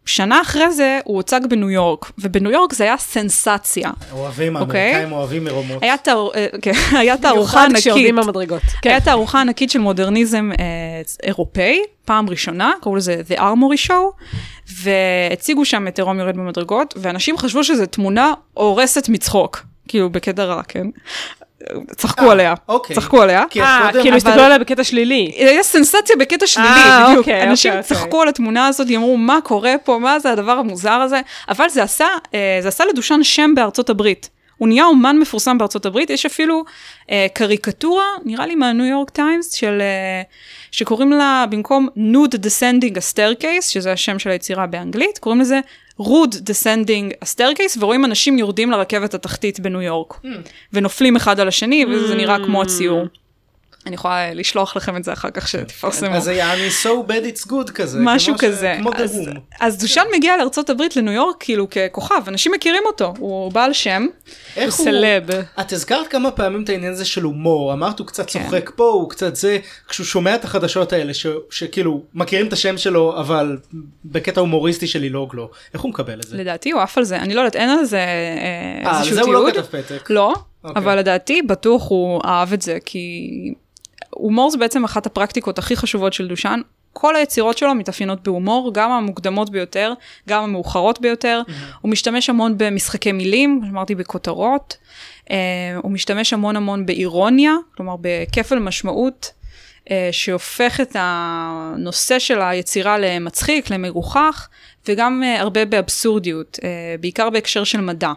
שנה אחרי זה הוא הוצג בניו יורק, ובניו יורק זה היה סנסציה. אוהבים, האמריקאים אוהבים מרומות. היה תערוכה ענקית. שיורדים במדרגות. היה תערוכה ענקית של מודרניזם אירופאי, פעם ראשונה, קראו לזה The Armory Show, והציגו שם את עירום יורד במדרגות, ואנשים חשבו שזו תמונה הורסת מצחוק, כאילו בקטע רע, כן? צחקו עליה, צחקו עליה. כאילו הסתכלו עליה בקטע שלילי. יש סנסציה בקטע שלילי, בדיוק. אנשים צחקו על התמונה הזאת, אמרו, מה קורה פה, מה זה הדבר המוזר הזה, אבל זה עשה לדושן שם בארצות הברית. הוא נהיה אומן מפורסם בארצות הברית, יש אפילו קריקטורה, נראה לי מהניו יורק טיימס, שקוראים לה במקום Nude Descending a Staircase, שזה השם של היצירה באנגלית, קוראים לזה Rude Descending a Staircase, ורואים אנשים יורדים לרכבת התחתית בניו יורק, ונופלים אחד על השני, וזה נראה כמו הציור. אני יכולה לשלוח לכם את זה אחר כך שתפרסמו. אז היה אני so bad it's good כזה. משהו כזה. כמו דרום. אז דושן מגיע לארצות הברית, לניו יורק, כאילו ככוכב, אנשים מכירים אותו, הוא בעל שם. הוא סלב. את הזכרת כמה פעמים את העניין הזה של הומור, אמרת הוא קצת צוחק פה, הוא קצת זה, כשהוא שומע את החדשות האלה, שכאילו מכירים את השם שלו, אבל בקטע הומוריסטי שלי לוג לו, איך הוא מקבל את זה? לדעתי הוא עף על זה, אני לא יודעת, אין על זה איזשהו תיעוד. זה הוא לא כתב פתק. לא, אבל לדעתי בטוח הוא אהב את זה, כי הומור זה בעצם אחת הפרקטיקות הכי חשובות של דושן, כל היצירות שלו מתאפיינות בהומור, גם המוקדמות ביותר, גם המאוחרות ביותר, הוא משתמש המון במשחקי מילים, אמרתי בכותרות, הוא משתמש המון באירוניה, כלומר בכפל משמעות, שהופך את הנושא של היצירה למצחיק, למרוחך, וגם הרבה באבסורדיות, בעיקר בהקשר של מדע.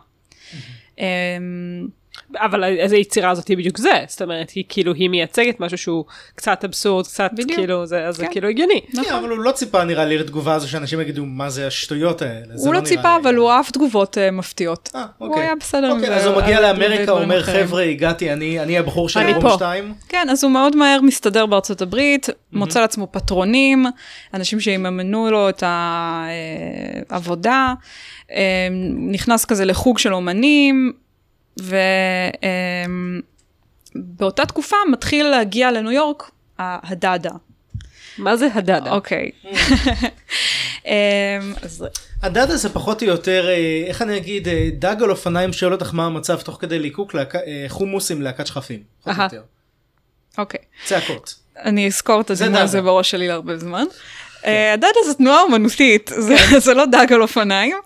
אבל איזה יצירה הזאת היא בדיוק זה, זאת אומרת, היא כאילו, היא מייצגת משהו שהוא קצת אבסורד, קצת כאילו, זה כאילו הגיוני. כן, אבל הוא לא ציפה נראה לי לתגובה הזו שאנשים יגידו, מה זה השטויות האלה? הוא לא ציפה, אבל הוא אהב תגובות מפתיעות. הוא היה בסדר. אוקיי, אז הוא מגיע לאמריקה, הוא אומר, חבר'ה, הגעתי, אני הבחור של רום 2. כן, אז הוא מאוד מהר מסתדר בארצות הברית, מוצא לעצמו פטרונים, אנשים שיממנו לו את העבודה, נכנס כזה לחוג של אומנים, ובאותה תקופה מתחיל להגיע לניו יורק הדאדה. מה זה הדאדה? אוקיי. הדאדה זה פחות או יותר, איך אני אגיד, דג על אופניים שואל אותך מה המצב תוך כדי ליקוק חומוס עם להקת שכפים. אוקיי. צעקות. אני אזכור את הדימוי הזה בראש שלי להרבה זמן. הדאדה זה תנועה אומנותית, זה לא דג על אופניים.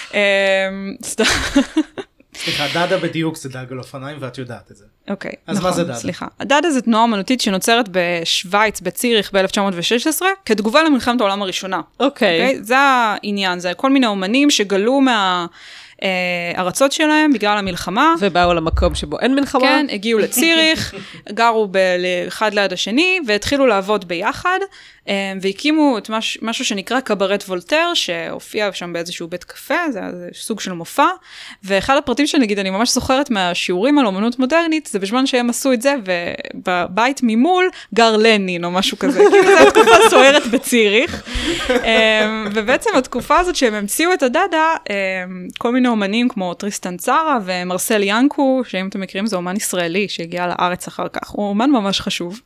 סליחה, דאדה בדיוק זה דג על אופניים ואת יודעת את זה. אוקיי, אז מה זה דאדה? סליחה. הדאדה זה תנועה אומנותית שנוצרת בשוויץ, בציריך ב-1916, כתגובה למלחמת העולם הראשונה. אוקיי. זה העניין, זה כל מיני אומנים שגלו הארצות שלהם בגלל המלחמה. ובאו למקום שבו אין מלחמה. כן, הגיעו לציריך, גרו אחד ליד השני, והתחילו לעבוד ביחד, והקימו את משהו שנקרא קברט וולטר, שהופיע שם באיזשהו בית קפה, זה סוג של מופע, ואחד הפרטים שנגיד, אני ממש זוכרת מהשיעורים על אומנות מודרנית, זה בזמן שהם עשו את זה, ובבית ממול גר לנין או משהו כזה, כאילו זו התקופה סוערת בציריך, ובעצם התקופה הזאת שהם המציאו את הדאדה, כל מיני אומנים כמו טריסטן צרה ומרסל ינקו, שאם אתם מכירים זה אומן ישראלי שהגיע לארץ אחר כך, הוא אומן ממש חשוב.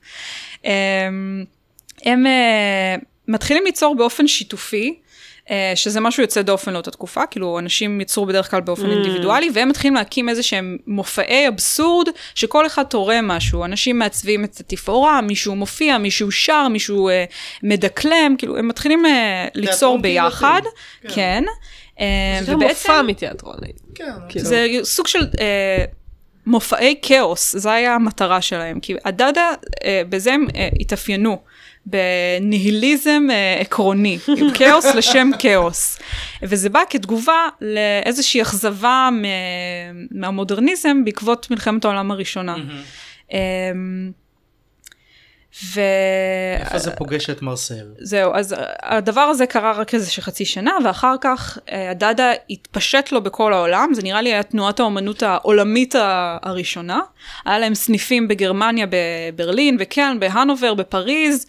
הם מתחילים ליצור באופן שיתופי, שזה משהו יוצא דופן לאותה תקופה, כאילו אנשים ייצרו בדרך כלל באופן אינדיבידואלי, והם מתחילים להקים איזה שהם מופעי אבסורד, שכל אחד תורם משהו, אנשים מעצבים את התפאורה, מישהו מופיע, מישהו שר, מישהו מדקלם, כאילו הם מתחילים ליצור ביחד, כן. זה מופע מתיאטרון. זה סוג של מופעי כאוס, זה היה המטרה שלהם, כי הדאדה בזה הם התאפיינו, בניהיליזם עקרוני, כאוס לשם כאוס. וזה בא כתגובה לאיזושהי אכזבה מהמודרניזם בעקבות מלחמת העולם הראשונה. איפה זה פוגש את מרסל? זהו, אז הדבר הזה קרה רק איזה חצי שנה, ואחר כך הדאדה התפשט לו בכל העולם, זה נראה לי היה תנועת האומנות העולמית הראשונה, היה להם סניפים בגרמניה, בברלין, וקלן, בהנובר, בפריז,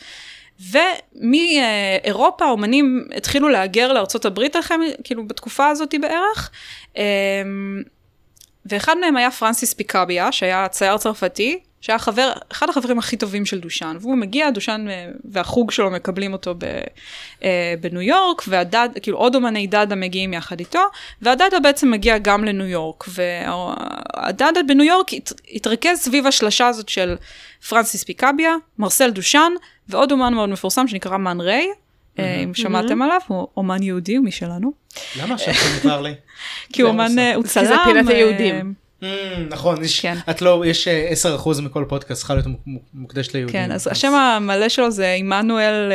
ומאירופה האומנים התחילו להגר לארצות הברית לכם, כאילו בתקופה הזאת בערך, ואחד מהם היה פרנסיס פיקאביה, שהיה צייר צרפתי, שהיה אחד החברים הכי טובים של דושן, והוא מגיע, דושן והחוג שלו מקבלים אותו בניו יורק, כאילו עוד אומני דאדה מגיעים יחד איתו, והדאדה בעצם מגיע גם לניו יורק, והדאדה בניו יורק התרכז סביב השלשה הזאת של פרנסיס פיקאביה, מרסל דושן, ועוד אומן מאוד מפורסם שנקרא מן ריי, אם שמעתם עליו, הוא אומן יהודי, הוא משלנו. למה שאתה מוכר לי? כי הוא אומן, הוא צלם. כי זה פינת היהודים. נכון, יש 10% מכל פודקאסט צריכה להיות מוקדש ליהודים. כן, אז השם המלא שלו זה עמנואל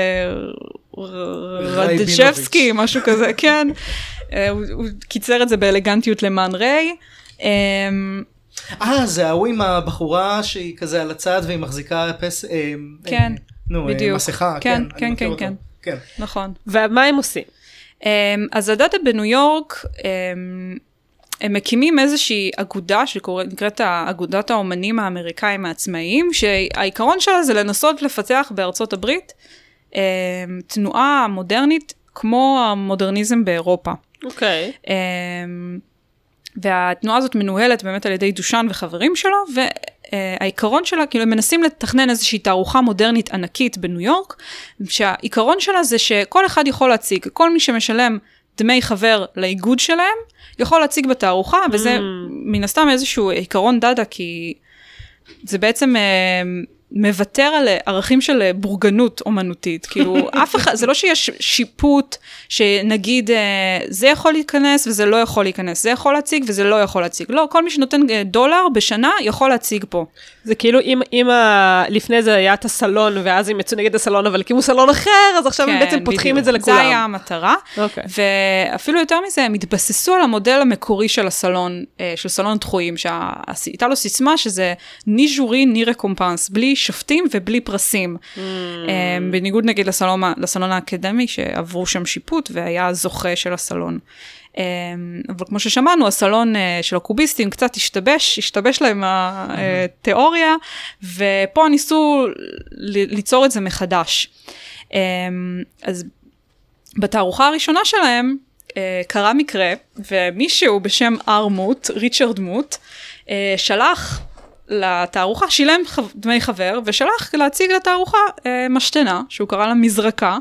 רדשבסקי, משהו כזה, כן. הוא קיצר את זה באלגנטיות למאן ריי. זה ההוא עם הבחורה שהיא כזה על הצד והיא מחזיקה כן, בדיוק. מסכה, כן, כן, נכון. ומה הם עושים? אז הדאדה בניו יורק, הם מקימים איזושהי אגודה שנקראת אגודת האומנים האמריקאים העצמאיים, שהעיקרון שלה זה לנסות לפתח בארצות הברית תנועה מודרנית כמו המודרניזם באירופה. אוקיי. והתנועה הזאת מנוהלת באמת על ידי דושן וחברים שלו, והעיקרון שלה, כאילו הם מנסים לתכנן איזושהי תערוכה מודרנית ענקית בניו יורק, שהעיקרון שלה זה שכל אחד יכול להציג, כל מי שמשלם דמי חבר לאיגוד שלהם, יכול להציג בתערוכה, וזה מן הסתם איזשהו עיקרון דאדה, כי זה בעצם מוותר על ערכים של בורגנות אומנותית, כאילו אף אחד, זה לא שיש שיפוט שנגיד זה יכול להיכנס וזה לא יכול להיכנס, זה יכול להציג וזה לא יכול להציג, לא, כל מי שנותן דולר בשנה יכול להציג פה. זה כאילו אם לפני זה היה את הסלון, ואז הם יצאו נגד הסלון, אבל הקימו סלון אחר, אז עכשיו הם בעצם פותחים את זה לכולם. זה היה המטרה, ואפילו יותר מזה, הם התבססו על המודל המקורי של הסלון, של סלון דחויים, שהייתה לו סיסמה שזה ני ז'ורי, ני רקומפנס, בלי שופטים ובלי פרסים. בניגוד נגיד לסלון האקדמי, שעברו שם שיפוט, והיה זוכה של הסלון. אבל כמו ששמענו, הסלון של הקוביסטים קצת השתבש להם התיאוריה, ופה ניסו ליצור את זה מחדש. אז בתערוכה הראשונה שלהם, קרה מקרה, ומישהו בשם ארמוט, ריצ'רד מוט, שלח לתערוכה, שילם דמי חבר, ושלח להציג לתערוכה משתנה, שהוא קרא לה מזרקה,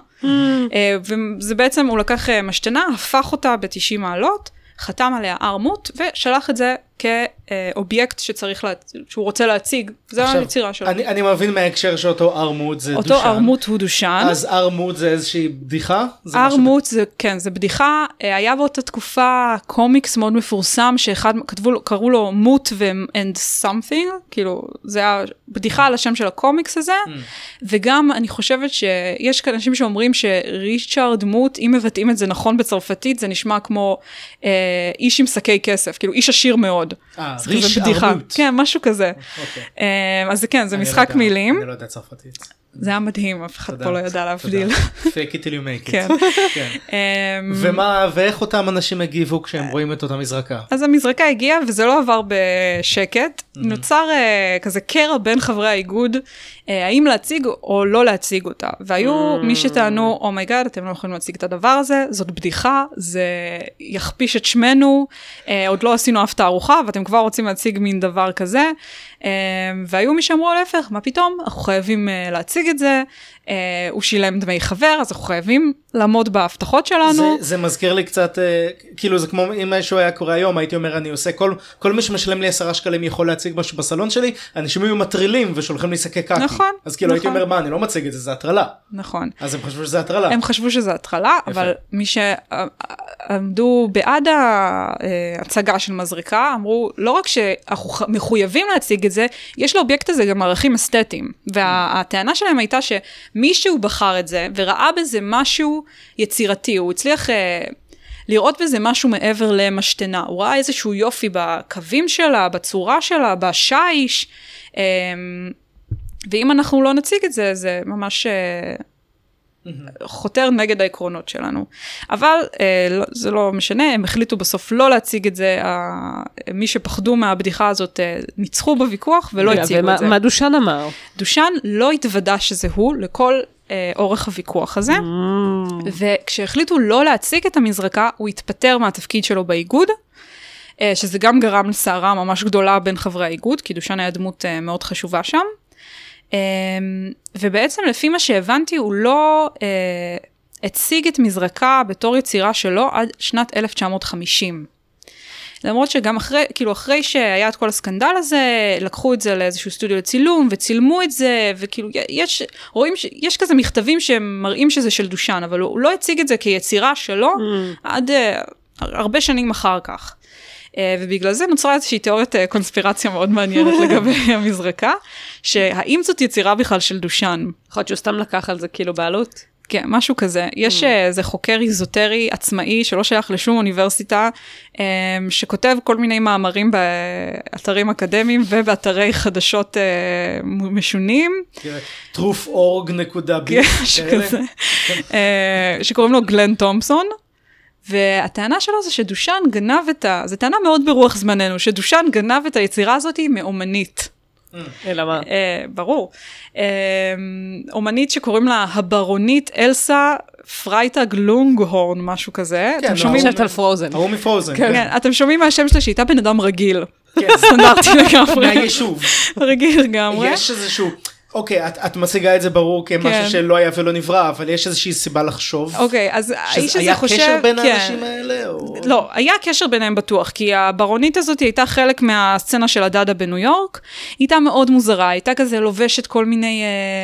וזה בעצם, הוא לקח משתנה, הפך אותה ב-90 מעלות, חתם עליה ארמוט, ושלח את זה כאובייקט שהוא רוצה להציג, זה היצירה שלו. אני מבין מההקשר שאותו ארמוט זה דושן. אותו ארמוט הוא דושן. אז ארמוט זה איזושהי בדיחה? ארמוט זה, כן, זה בדיחה, היה באותה תקופה קומיקס מאוד מפורסם, קראו לו מוט and something, כאילו, זה היה בדיחה על השם של הקומיקס הזה, וגם אני חושבת שיש אנשים שאומרים שריצ'רד מוט, אם מבטאים את זה נכון בצרפתית, זה נשמע כמו איש עם שקי כסף, כאילו איש עשיר מאוד. ריש ארמוט. כן, משהו כזה. אז זה כן, זה משחק מילים. אני לא יודע צרפתית. זה היה מדהים, אף אחד פה לא ידע להבדיל. fake it till you make it. כן. ואיך אותם אנשים הגיבו כשהם רואים את אותה מזרקה? אז המזרקה הגיעה וזה לא עבר בשקט. נוצר כזה קרע בין חברי האיגוד, האם להציג או לא להציג אותה. והיו מי שטענו, אומייגאד, אתם לא יכולים להציג את הדבר הזה, זאת בדיחה, זה יכפיש את שמנו, עוד לא עשינו אף תערוכה, ואתם כבר רוצים להציג מין דבר כזה. והיו מי שאמרו להפך, מה פתאום? אנחנו חייבים להציג את זה, הוא שילם דמי חבר, אז אנחנו חייבים לעמוד בהבטחות שלנו. זה מזכיר לי קצת, כאילו זה כמו אם משהו היה קורה היום, הייתי אומר אני עושה, כל מי שמשלם לי 10 שקלים יכול להציג משהו בסלון שלי, אנשים היו מטרילים ושולחים לי שקי קקי. נכון. אז כאילו הייתי אומר מה, אני לא מציג את זה, זה הטרלה. נכון. אז הם חשבו שזה הטרלה. הם חשבו שזה הטרלה, אבל מי שעמדו בעד ההצגה של מזריקה, אמרו לא רק שאנחנו מחויבים להציג את זה, יש לאובייקט הזה גם ערכים אסתטיים, והטענה שלהם הייתה שמישהו בחר את זה, וראה בזה משהו יצירתי, הוא הצליח לראות בזה משהו מעבר למשתנה, הוא ראה איזשהו יופי בקווים שלה, בצורה שלה, בשיש, ואם אנחנו לא נציג את זה, זה ממש חותר נגד העקרונות שלנו. אבל זה לא משנה, הם החליטו בסוף לא להציג את זה, מי שפחדו מהבדיחה הזאת ניצחו בוויכוח ולא הציגו את זה. ומה דושן אמר? דושן לא התוודע שזה הוא לכל אורך הוויכוח הזה, וכשהחליטו לא להציג את המזרקה, הוא התפטר מהתפקיד שלו באיגוד, שזה גם גרם לסערה ממש גדולה בין חברי האיגוד, כי דושן היה דמות מאוד חשובה שם. ובעצם לפי מה שהבנתי, הוא לא הציג את מזרקה בתור יצירה שלו עד שנת 1950. למרות שגם אחרי שהיה את כל הסקנדל הזה, לקחו את זה לאיזשהו סטודיו לצילום, וצילמו את זה, וכאילו, יש כזה מכתבים שמראים שזה של דושן, אבל הוא לא הציג את זה כיצירה שלו, עד הרבה שנים אחר כך. ובגלל זה נוצרה איזושהי תיאוריית קונספירציה מאוד מעניינת לגבי המזרקה, שהאם זאת יצירה בכלל של דושן? יכול להיות שהוא סתם לקח על זה כאילו בעלות? כן, משהו כזה. יש איזה חוקר איזוטרי עצמאי שלא שייך לשום אוניברסיטה, שכותב כל מיני מאמרים באתרים אקדמיים ובאתרי חדשות משונים. truth.org.b שקוראים לו גלן תומפסון. והטענה שלו זה שדושן גנב זו טענה מאוד ברוח זמננו, שדושן גנב את היצירה הזאת מאומנית. אלא מה? ברור. אומנית שקוראים לה הברונית אלסה פרייטג לונגהורן, משהו כזה. כן, חושבת על פרוזן. ההוא מפרוזן. כן, אתם שומעים מהשם שלה שהייתה בן אדם רגיל. סטנדרטי לגמרי. מהיישוב. רגיל לגמרי. יש איזשהו... אוקיי, את משיגה את זה ברור כמשהו שלא היה ולא נברא, אבל יש איזושהי סיבה לחשוב. אוקיי, אז האיש הזה חושב... היה קשר בין האנשים האלה? לא, היה קשר ביניהם בטוח, כי הברונית הזאת הייתה חלק מהסצנה של הדאדה בניו יורק, היא הייתה מאוד מוזרה, הייתה כזה לובשת כל מיני...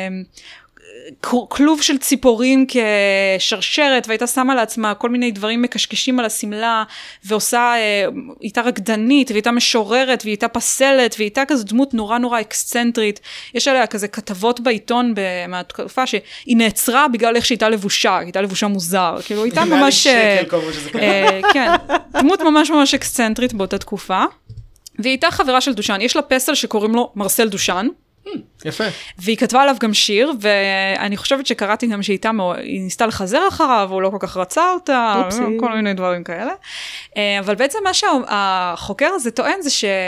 כלוב של ציפורים כשרשרת, והייתה שמה לעצמה כל מיני דברים מקשקשים על הסמלה, ועושה, הייתה רקדנית, והייתה משוררת, והיא הייתה פסלת, והיא הייתה כזו דמות נורא נורא אקסצנטרית. יש עליה כזה כתבות בעיתון מהתקופה שהיא נעצרה בגלל איך שהייתה לבושה, היא הייתה לבושה מוזר, כאילו הייתה ממש, כן, דמות ממש ממש אקסצנטרית באותה תקופה, והיא הייתה חברה של דושן, יש לה פסל שקוראים לו מרסל דושן, יפה. והיא כתבה עליו גם שיר, ואני חושבת שקראתי גם שהיא ניסתה לחזר אחריו, הוא לא כל כך רצה אותה, כל מיני דברים כאלה. אבל בעצם מה שהחוקר הזה טוען זה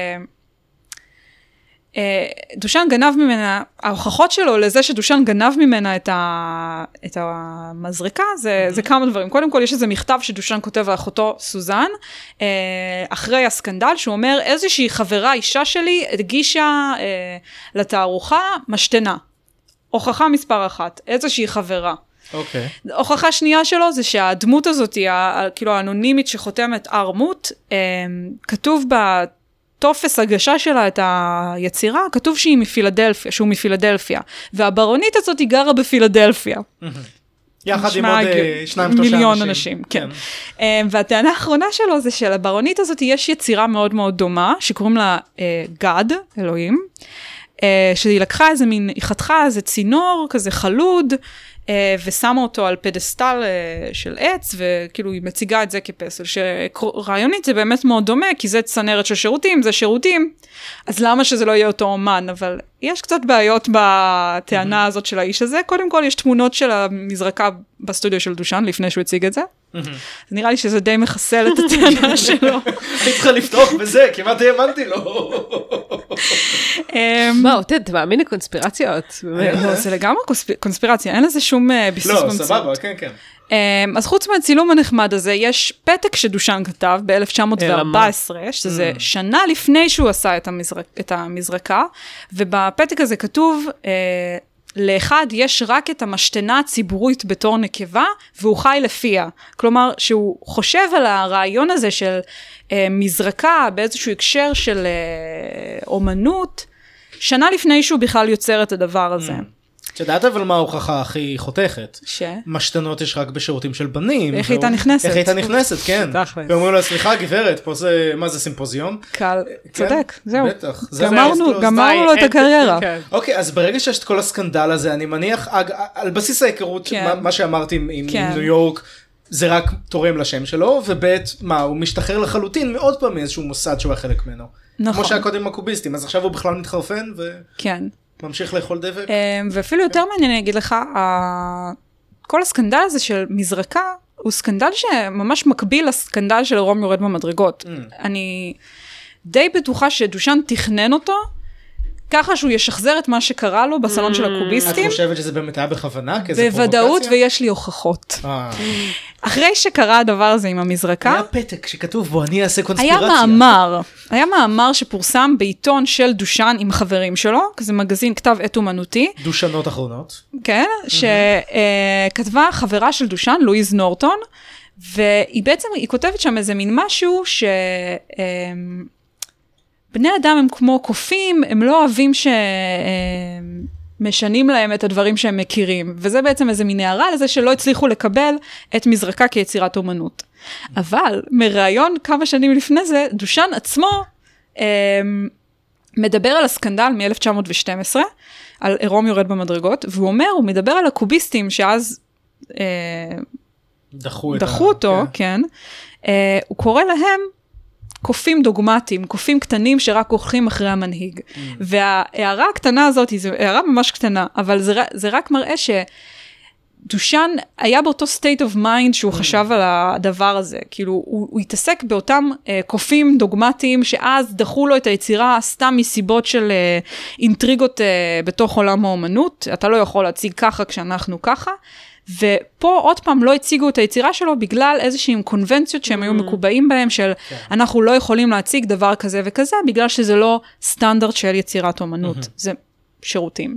דושן גנב ממנה, ההוכחות שלו לזה שדושן גנב ממנה את המזרקה, זה כמה דברים. קודם כל, יש איזה מכתב שדושן כותב על אחותו סוזן, אחרי הסקנדל, שהוא אומר, איזושהי חברה, אישה שלי, הדגישה לתערוכה משתנה. הוכחה מספר 1, איזושהי חברה. אוקיי. הוכחה שנייה שלו זה שהדמות הזאת, כאילו האנונימית שחותמת ארמות, כתוב טופס הגשה שלה את היצירה, כתוב שהוא מפילדלפיה, והברונית הזאת היא גרה בפילדלפיה. יחד עם עוד 2-3 מיליון אנשים, כן. והטענה האחרונה שלו זה שלברונית הזאת יש יצירה מאוד מאוד דומה, שקוראים לה גד, אלוהים, שהיא לקחה איזה מין, היא חתכה איזה צינור כזה חלוד, ושמה אותו על פדסטל של עץ, וכאילו היא מציגה את זה כפסל, שרעיונית זה באמת מאוד דומה, כי זה צנרת של שירותים, זה שירותים, אז למה שזה לא יהיה אותו אומן? אבל יש קצת בעיות בטענה הזאת של האיש הזה, קודם כל יש תמונות של המזרקה בסטודיו של דושן, לפני שהוא הציג את זה, אז נראה לי שזה די מחסל את הטענה שלו. אני צריכה לפתוח בזה, כמעט האמנתי לו. מה, אתה מאמין לקונספירציות? זה לגמרי קונספירציה, אין לזה שום ביסוס במציאות. לא, סבבה, כן, כן. אז חוץ מהצילום הנחמד הזה, יש פתק שדושן כתב ב-1914, שזה שנה לפני שהוא עשה את המזרקה, ובפתק הזה כתוב, לאחד יש רק את המשתנה הציבורית בתור נקבה, והוא חי לפיה. כלומר, שהוא חושב על הרעיון הזה של מזרקה, באיזשהו הקשר של אומנות, שנה לפני שהוא בכלל יוצר את הדבר הזה. שדעת אבל מה ההוכחה הכי חותכת? משתנות יש רק בשירותים של בנים. איך הייתה נכנסת? איך הייתה נכנסת, כן. ואומרים לה, סליחה גברת, פה זה, מה זה סימפוזיון? קל, צודק, זהו. בטח. גמרנו לו את הקריירה. אוקיי, אז ברגע שיש את כל הסקנדל הזה, אני מניח, על בסיס ההיכרות, מה שאמרתי עם ניו יורק, זה רק תורם לשם שלו, ובית, מה, הוא משתחרר לחלוטין מאוד פעם מאיזשהו מוסד שהוא היה חלק ממנו. נכון. כמו שהיה קודם עם הקוביסטים, אז עכשיו הוא בכלל מתחרפן, כן. ממשיך לאכול דבק. ואפילו יותר מעניין, אני אגיד לך, כל הסקנדל הזה של מזרקה, הוא סקנדל שממש מקביל לסקנדל של רום יורד במדרגות. אני די בטוחה שדושן תכנן אותו, ככה שהוא ישחזר את מה שקרה לו בסלון של הקוביסטים. את חושבת שזה באמת היה בכוונה? בוודאות, ויש לי הוכחות. אחרי שקרה הדבר הזה עם המזרקה, היה פתק שכתוב בו, אני אעשה קונספירציה. היה מאמר שפורסם בעיתון של דושן עם חברים שלו, כזה מגזין כתב עת אומנותי. דושנות אחרונות. כן, שכתבה חברה של דושן, לואיז נורטון, והיא בעצם, היא כותבת שם איזה מין משהו בני אדם הם כמו קופים, הם לא אוהבים שמשנים להם את הדברים שהם מכירים, וזה בעצם איזה מין הערה לזה שלא הצליחו לקבל את מזרקה כיצירת אומנות. אבל מראיון כמה שנים לפני זה, דושן עצמו מדבר על הסקנדל מ-1912, על עירום יורד במדרגות, והוא אומר, הוא מדבר על הקוביסטים שאז דחו אותו, כן. הוא קורא להם קופים דוגמטיים, קופים קטנים שרק הולכים אחרי המנהיג. וההערה הקטנה הזאת, זו הערה ממש קטנה, אבל זה רק מראה שדושן היה באותו state of mind שהוא חשב על הדבר הזה. כאילו, הוא התעסק באותם קופים דוגמטיים שאז דחו לו את היצירה סתם מסיבות של אינטריגות בתוך עולם האומנות. אתה לא יכול להציג ככה כשאנחנו ככה. ופה עוד פעם לא הציגו את היצירה שלו בגלל איזושהי קונבנציות שהם היו מקובעים בהם של אנחנו לא יכולים להציג דבר כזה וכזה בגלל שזה לא סטנדרט של יצירת אומנות, זה שירותים.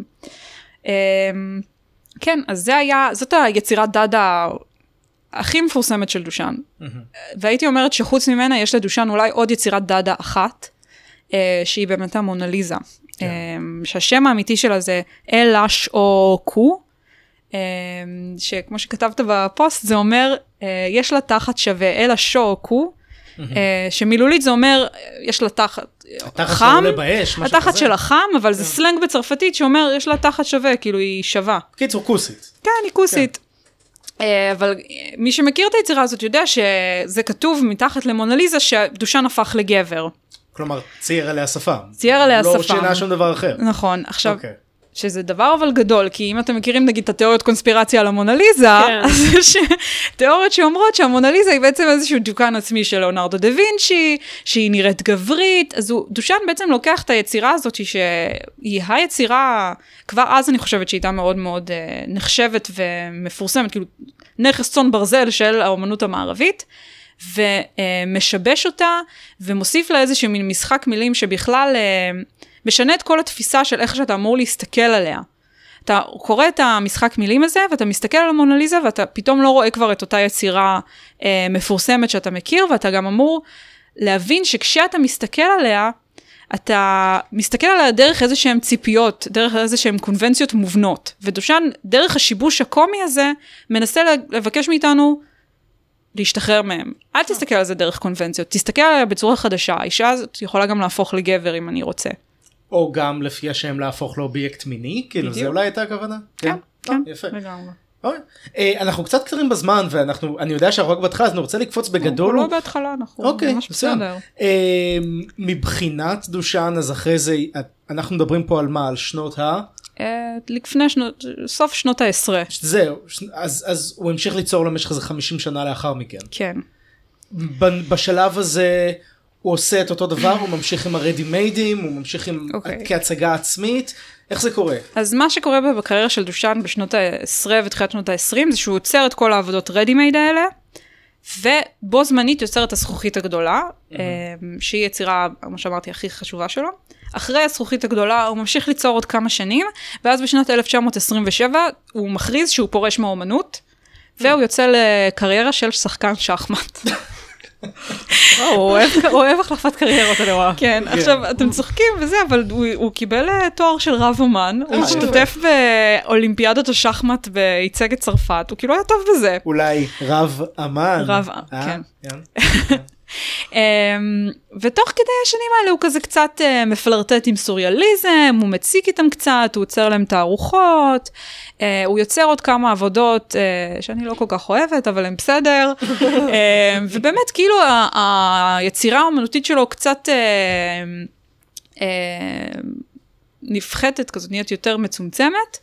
כן, אז זאת היצירת דאדה הכי מפורסמת של דושן. והייתי אומרת שחוץ ממנה יש לדושן אולי עוד יצירת דאדה אחת, שהיא באמת המונליזה. שהשם האמיתי שלה זה אלש או קו, שכמו שכתבת בפוסט, זה אומר, יש לה תחת שווה אל השוקו, שמילולית זה אומר, יש לה תחת חם, התחת של החם, אבל זה סלנג בצרפתית שאומר, יש לה תחת שווה, כאילו היא שווה. קיצור, כוסית. כן, היא כוסית. אבל מי שמכיר את היצירה הזאת יודע שזה כתוב מתחת למונליזה, שדושן הפך לגבר. כלומר, צייר עליה שפם. צייר עליה שפם. לא שינה שום דבר אחר. נכון, עכשיו... שזה דבר אבל גדול, כי אם אתם מכירים נגיד את התיאוריות קונספירציה על המונליזה, אז יש תיאוריות שאומרות שהמונליזה היא בעצם איזשהו דיוקן עצמי של ליאונרדו דה וינצ'י, שהיא נראית גברית, אז דושן בעצם לוקח את היצירה הזאת, שהיא היצירה, כבר אז אני חושבת שהיא הייתה מאוד מאוד נחשבת ומפורסמת, כאילו נכס צאן ברזל של האומנות המערבית, ומשבש אותה, ומוסיף לה איזשהו מין משחק מילים שבכלל... משנה את כל התפיסה של איך שאתה אמור להסתכל עליה. אתה קורא את המשחק מילים הזה, ואתה מסתכל על המונליזה, ואתה פתאום לא רואה כבר את אותה יצירה מפורסמת שאתה מכיר, ואתה גם אמור להבין שכשאתה מסתכל עליה, אתה מסתכל עליה דרך איזשהם ציפיות, דרך איזשהם קונבנציות מובנות. ודושן, דרך השיבוש הקומי הזה, מנסה לבקש מאיתנו להשתחרר מהם. אל תסתכל על זה דרך קונבנציות, תסתכל עליה בצורה חדשה. האישה הזאת יכולה גם להפוך לגבר אם אני רוצה. או גם לפי השם להפוך לאובייקט מיני, כאילו זה אולי הייתה הכוונה? כן, כן, יפה. אנחנו קצת קצרים בזמן, ואני יודע שהרוק בהתחלה, אז אני רוצה לקפוץ בגדול. לא בהתחלה, אנחנו ממש בסדר. מבחינת דושן, אז אחרי זה, אנחנו מדברים פה על מה? על שנות לפני סוף שנות ה-10. זהו, אז הוא המשיך ליצור למשך איזה 50 שנה לאחר מכן. כן. בשלב הזה... הוא עושה את אותו דבר, הוא ממשיך עם הרדי-מיידים, הוא ממשיך עם כהצגה עצמית, איך זה קורה? אז מה שקורה בקריירה של דושן בשנות ה-10 ותחילת שנות ה-20, זה שהוא יוצר את כל העבודות רדי-מייד האלה, ובו זמנית יוצר את הזכוכית הגדולה, שהיא יצירה, כמו שאמרתי, הכי חשובה שלו. אחרי הזכוכית הגדולה הוא ממשיך ליצור עוד כמה שנים, ואז בשנת 1927 הוא מכריז שהוא פורש מהאומנות, והוא יוצא לקריירה של שחקן שחמט. הוא אוהב החלפת קריירות, אני רואה. כן, עכשיו אתם צוחקים וזה, אבל הוא קיבל תואר של רב אומן, הוא השתתף באולימפיאדת השחמט וייצג את צרפת, הוא כאילו היה טוב בזה. אולי רב אמן. רב, כן. ותוך כדי השנים האלה הוא כזה קצת מפלרטט עם סוריאליזם, הוא מציג איתם קצת, הוא יוצר להם תערוכות, הוא יוצר עוד כמה עבודות שאני לא כל כך אוהבת, אבל הם בסדר, ובאמת כאילו היצירה האומנותית שלו קצת נפחתת, כזאת נהיית יותר מצומצמת,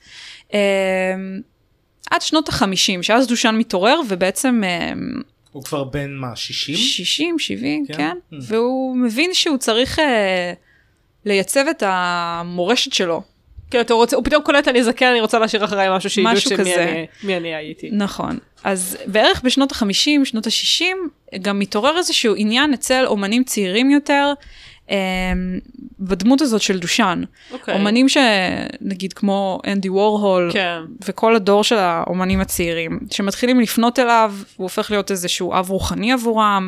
עד שנות ה-50, שאז דושן מתעורר ובעצם... הוא כבר בין מה, 60? 60, 70, כן. והוא מבין שהוא צריך לייצב את המורשת שלו. כן, הוא פתאום קולט, אני זקן, אני רוצה להשאיר אחריי משהו שידעו שמי אני הייתי. נכון. אז בערך בשנות ה-50, שנות ה-60, גם מתעורר איזשהו עניין אצל אומנים צעירים יותר, בדמות הזאת של דושן. אומנים שנגיד כמו אנדי וורהול, וכל הדור של האומנים הצעירים, שמתחילים לפנות אליו, הוא הופך להיות איזשהו אב רוחני עבורם,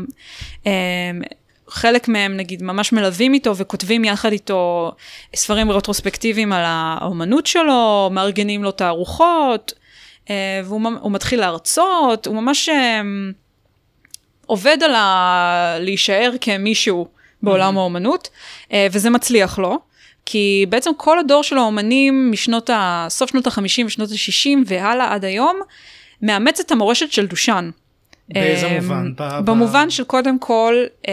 חלק מהם נגיד ממש מלווים איתו וכותבים יחד איתו ספרים רטרוספקטיביים על האומנות שלו, מארגנים לו תערוכות, והוא מתחיל להרצות, הוא ממש עובד על להישאר כמישהו בעולם האומנות, וזה מצליח לו, כי בעצם כל הדור של האומנים סוף שנות ה-50 ושנות ה-60 והלאה עד היום, מאמץ את המורשת של דושן. באיזה מובן? במובן של קודם כל,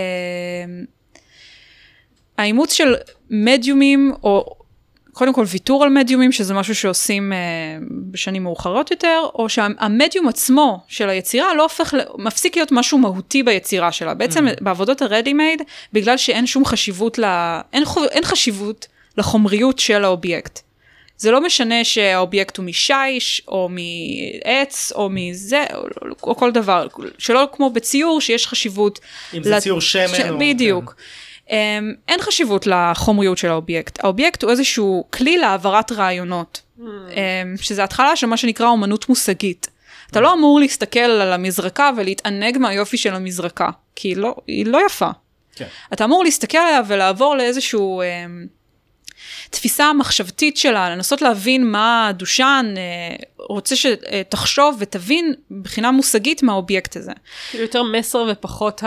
האימוץ של מדיומים, או קודם כל ויתור על מדיומים, שזה משהו שעושים בשנים מאוחרות יותר, או שהמדיום עצמו של היצירה לא מפסיק להיות משהו מהותי ביצירה שלה. בעצם בעבודות הרדי-מייד, בגלל שאין שום חשיבות, אין חשיבות לחומריות של האובייקט. זה לא משנה שהאובייקט הוא משיש, או מעץ, או מזה, או כל דבר. שלא כמו בציור, שיש חשיבות. אם זה ציור שמן. בדיוק. אין חשיבות לחומריות של האובייקט. האובייקט הוא איזשהו כלי להעברת רעיונות. שזה התחלה של מה שנקרא אומנות מושגית. אתה לא אמור להסתכל על המזרקה ולהתענג מהיופי של המזרקה, כי היא לא יפה. אתה אמור להסתכל עליה ולעבור לאיזשהו תפיסה מחשבתית שלה, לנסות להבין מה דושן רוצה שתחשוב ותבין בחינה מושגית מהאובייקט הזה. יותר מסר ופחות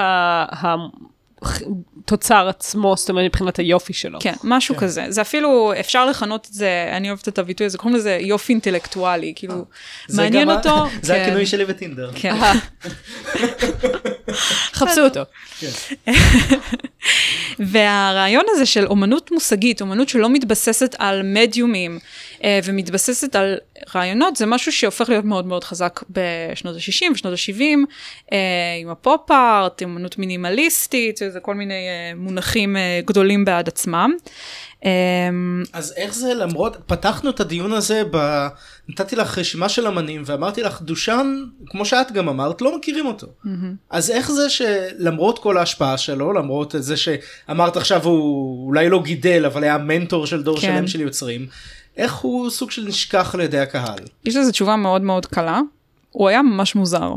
התוצר עצמו, זאת אומרת, מבחינת היופי שלו. כן, משהו כזה. זה אפילו, אפשר לכנות את זה, אני אוהבת את הביטוי הזה, קוראים לזה יופי אינטלקטואלי, כאילו, מעניין אותו. זה הכינוי שלי בטינדר. כן. חפשו אותו. והרעיון הזה של אומנות מושגית, אומנות שלא מתבססת על מדיומים, ומתבססת על רעיונות, זה משהו שהופך להיות מאוד מאוד חזק בשנות ה-60 ושנות ה-70, עם הפופ-ארט, אומנות מינימליסטית, זה כל מיני מונחים גדולים בעד עצמם. אז איך זה למרות, פתחנו את הדיון הזה, נתתי לך רשימה של אמנים, ואמרתי לך, דושן, כמו שאת גם אמרת, לא מכירים אותו. אז איך זה שלמרות כל ההשפעה שלו, למרות זה שאמרת עכשיו הוא אולי לא גידל, אבל היה מנטור של דור שלם של יוצרים, איך הוא סוג של נשכח על ידי הקהל? יש לזה תשובה מאוד מאוד קלה. הוא היה ממש מוזר.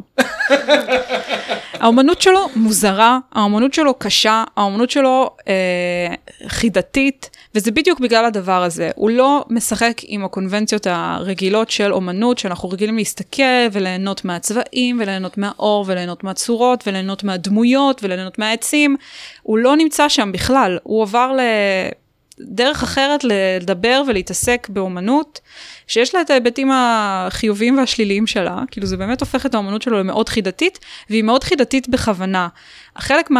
האמנות שלו מוזרה, האמנות שלו קשה, האמנות שלו חידתית, וזה בדיוק בגלל הדבר הזה. הוא לא משחק עם הקונבנציות הרגילות של אומנות, שאנחנו רגילים להסתכל וליהנות מהצבעים, וליהנות מהאור, וליהנות מהצורות, וליהנות מהדמויות, וליהנות מהעצים. הוא לא נמצא שם בכלל. הוא עבר דרך אחרת לדבר ולהתעסק באומנות, שיש לה את ההיבטים החיוביים והשליליים שלה, כאילו זה באמת הופך את האומנות שלו למאוד חידתית, והיא מאוד חידתית בכוונה. החלק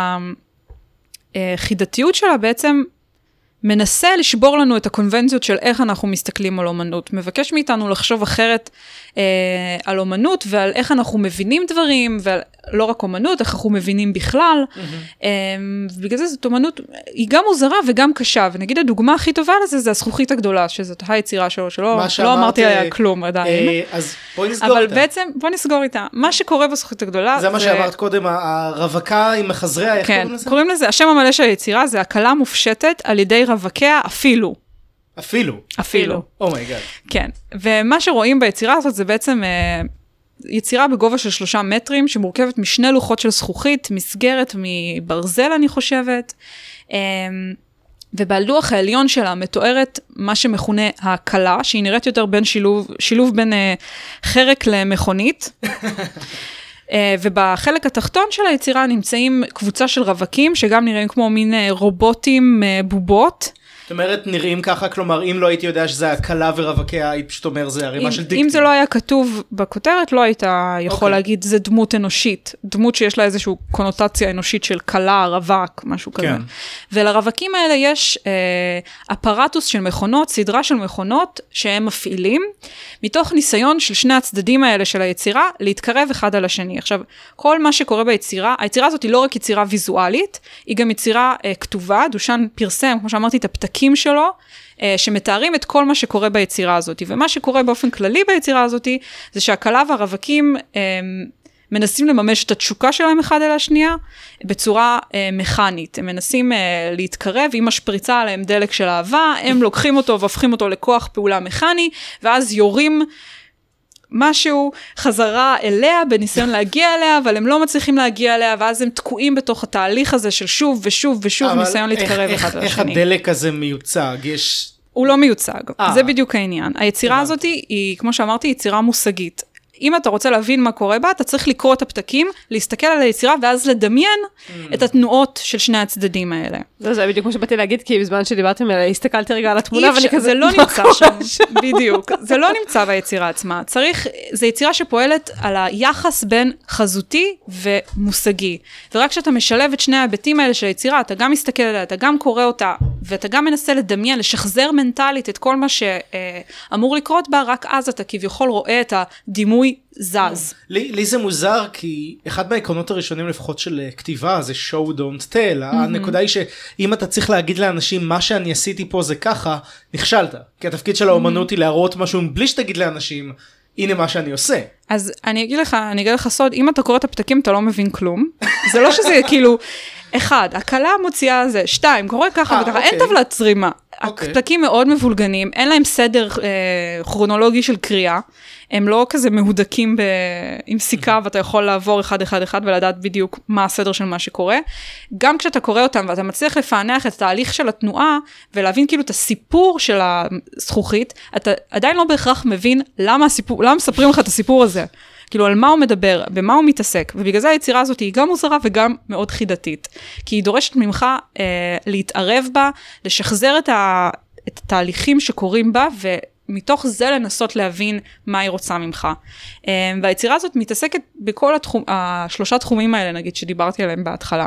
מהחידתיות שלה בעצם מנסה לשבור לנו את הקונבנציות של איך אנחנו מסתכלים על אומנות, מבקש מאיתנו לחשוב אחרת על אומנות ועל איך אנחנו מבינים דברים, ולא רק אומנות, איך אנחנו מבינים בכלל, ובגלל זה זאת אומנות, היא גם מוזרה וגם קשה, ונגיד הדוגמה הכי טובה לזה, זה הזכוכית הגדולה, שזאת היצירה שלו, שלא אמרתי עליה כלום עדיין. אז בואי נסגור איתה. אבל בעצם, בואי נסגור איתה. מה שקורה בזכוכית הגדולה, זה מה שאמרת קודם, הרווקה עם מחזריה, איך קוראים לזה? קוראים לזה, השם המלא של היצירה, זה הקלה מופשטת על ידי רווקיה אפילו. אפילו. אומייגאד. כן. ומה שרואים ביצירה הזאת זה בעצם יצירה בגובה של 3 מטרים, שמורכבת משני לוחות של זכוכית, מסגרת מברזל אני חושבת, ובלוח העליון שלה מתוארת מה שמכונה הקלה, שהיא נראית יותר בין שילוב בין חרק למכונית, ובחלק התחתון של היצירה נמצאים קבוצה של רווקים, שגם נראים כמו מין רובוטים בובות, זאת אומרת, נראים ככה, כלומר, אם לא הייתי יודע שזה הקלה ורווקיה, היית פשוט אומר, זה הרימה של דיקטים. אם זה לא היה כתוב בכותרת, לא היית יכול להגיד, זה דמות אנושית. דמות שיש לה איזושהי קונוטציה אנושית של קלה, רווק, משהו כזה. ולרווקים האלה יש אפרטוס של מכונות, סדרה של מכונות שהם מפעילים, מתוך ניסיון של שני הצדדים האלה של היצירה, להתקרב אחד על השני. עכשיו, כל מה שקורה ביצירה, היצירה הזאת היא לא רק יצירה ויזואלית, היא גם יצירה כתובה, דושן פרסם, כמו שאמרתי, את הפתקים שלו, שמתארים את כל מה שקורה ביצירה הזאת. ומה שקורה באופן כללי ביצירה הזאת, זה שהקלה והרווקים מנסים לממש את התשוקה שלהם אחד אל השנייה, בצורה מכנית. הם מנסים להתקרב, עם השפריצה עליהם דלק של אהבה, הם לוקחים אותו והופכים אותו לכוח פעולה מכני, ואז יורים משהו חזרה אליה, בניסיון להגיע אליה, אבל הם לא מצליחים להגיע אליה, ואז הם תקועים בתוך התהליך הזה של שוב ושוב ושוב, ניסיון להתקרב אחד לשני. איך הדלק הזה מיוצג? הוא לא מיוצג, זה בדיוק העניין. היצירה הזאת היא, כמו שאמרתי, יצירה מושגית. אם אתה רוצה להבין מה קורה בה, אתה צריך לקרוא את הפתקים, להסתכל על היצירה, ואז לדמיין את התנועות של שני הצדדים האלה. זה בדיוק כמו שבאתי להגיד, כי בזמן שדיברתם עליה, הסתכלתי רגע על התמונה, ואני כזה... זה לא נמצא שם, בדיוק. זה לא נמצא ביצירה עצמה. זו יצירה שפועלת על היחס בין חזותי ומושגי. ורק כשאתה משלב את שני ההיבטים האלה של היצירה, אתה גם מסתכל עליה, אתה גם קורא אותה, ואתה גם מנסה לדמיין, לשחזר מנטלית את כל מה שאמור לקרות בה, רק אז אתה כביכול רואה את הדימוי זז. לי זה מוזר, כי אחד מהעקרונות הראשונים לפחות של כתיבה זה show don't tell. הנקודה היא שאם אתה צריך להגיד לאנשים מה שאני עשיתי פה זה ככה, נכשלת. כי התפקיד של האומנות היא להראות משהו בלי שתגיד לאנשים, הנה מה שאני עושה. אז אני אגיד לך סוד, אם אתה קורא את הפתקים אתה לא מבין כלום. זה לא שזה כאילו, אחד, הקלה מוציאה זה, שתיים, קורא ככה וככה, אין טבלת זרימה. הפתקים מאוד מבולגנים, אין להם סדר כרונולוגי של קריאה, הם לא כזה מהודקים עם סיכה, ואתה יכול לעבור אחד אחד אחד ולדעת בדיוק מה הסדר של מה שקורה. גם כשאתה קורא אותם ואתה מצליח לפענח את התהליך של התנועה, ולהבין כאילו את הסיפור של הזכוכית, אתה עדיין לא בהכרח מבין למה מספרים לך את הסיפור הזה. כאילו על מה הוא מדבר, במה הוא מתעסק, ובגלל זה היצירה הזאת היא גם מוזרה וגם מאוד חידתית, כי היא דורשת ממך להתערב בה, לשחזר את התהליכים שקורים בה, ומתוך זה לנסות להבין מה היא רוצה ממך. והיצירה הזאת מתעסקת בכל השלושה תחומים האלה, נגיד, שדיברתי עליהם בהתחלה.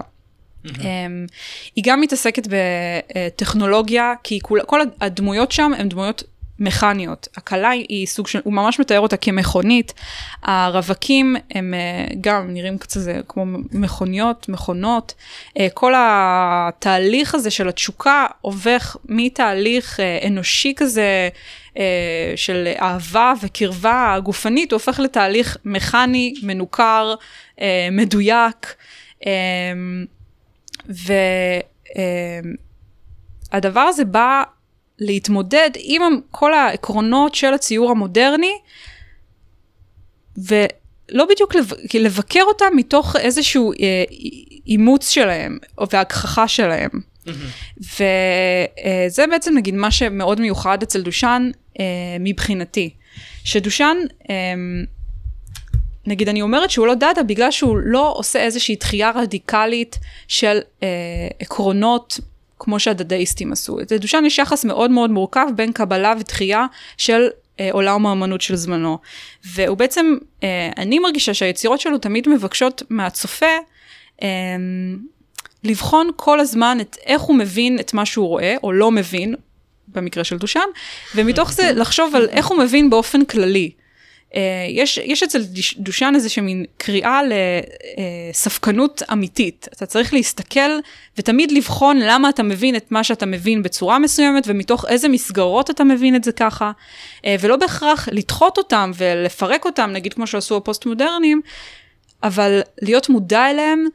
היא גם מתעסקת בטכנולוגיה, כי כל הדמויות שם הן דמויות מכניות. הקלה היא סוג של, הוא ממש מתאר אותה כמכונית. הרווקים הם גם נראים קצת כמו מכונות. כל התהליך הזה של התשוקה הופך מתהליך אנושי כזה של אהבה וקרבה גופנית, הוא הופך לתהליך מכני, מנוכר, מדויק. והדבר הזה בא להתמודד עם כל העקרונות של הציור המודרני, ולא בדיוק לבקר אותם מתוך איזשהו אימוץ שלהם, או והגחכה שלהם. וזה בעצם נגיד מה שמאוד מיוחד אצל דושן מבחינתי. שדושן, נגיד אני אומרת שהוא לא דאדה, בגלל שהוא לא עושה איזושהי דחייה רדיקלית של עקרונות, כמו שהדדאיסטים עשו. לדושן יש יחס מאוד מאוד מורכב בין קבלה ודחייה של עולם האמנות של זמנו. והוא בעצם, אני מרגישה שהיצירות שלו תמיד מבקשות מהצופה, לבחון כל הזמן את איך הוא מבין את מה שהוא רואה, או לא מבין, במקרה של דושן, ומתוך זה לחשוב על איך הוא מבין באופן כללי. יש אצל דושן איזושהי מין קריאה לספקנות אמיתית. אתה צריך להסתכל ותמיד לבחון למה אתה מבין את מה שאתה מבין בצורה מסוימת, ומתוך איזה מסגרות אתה מבין את זה ככה, ולא בהכרח לדחות אותם ולפרק אותם, נגיד כמו שעשו הפוסט-מודרנים, אבל להיות מודע אליהם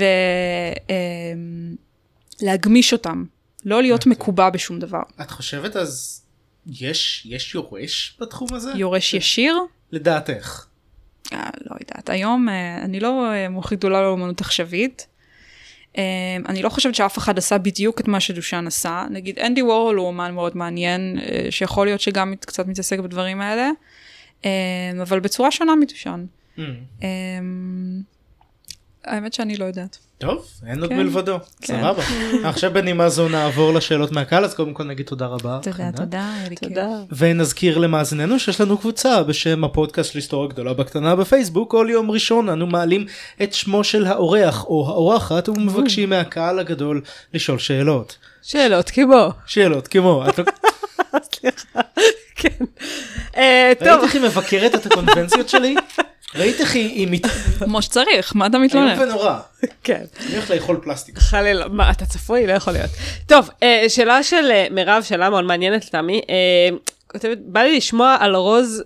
ולהגמיש אותם, לא להיות מקובע בשום דבר. את חושבת אז יש יורש בתחום הזה? יורש ישיר? לדעתך. לא יודעת. היום אני לא מומחית גדולה לאמנות עכשווית. אני לא חושבת שאף אחד עשה בדיוק את מה שדושן עשה. נגיד, אנדי וורהול הוא אומן מאוד מעניין, שיכול להיות שגם קצת מתעסק בדברים האלה, אבל בצורה שונה מדושן. האמת שאני לא יודעת. טוב, אין עוד מלבדו, סבבה. עכשיו בנימה זו נעבור לשאלות מהקהל, אז קודם כל נגיד תודה רבה. תודה. ונזכיר למאזיננו שיש לנו קבוצה בשם הפודקאסט של היסטוריה גדולה בקטנה בפייסבוק. כל יום ראשון אנו מעלים את שמו של האורח או האורחת ומבקשים מהקהל הגדול לשאול שאלות. שאלות כמו. סליחה. כן. ראית איך היא מבקרת את הקונבנציות שלי? ראית איך היא כמו שצריך, מה אתה מתלונן? איום ונורא. כן. אני הולך לאכול פלסטיק. חלילה, מה, אתה צפוי? לא יכול להיות. טוב, שאלה של מירב, שאלה מאוד מעניינת לטעמי. כותבת, בא לי לשמוע על רוז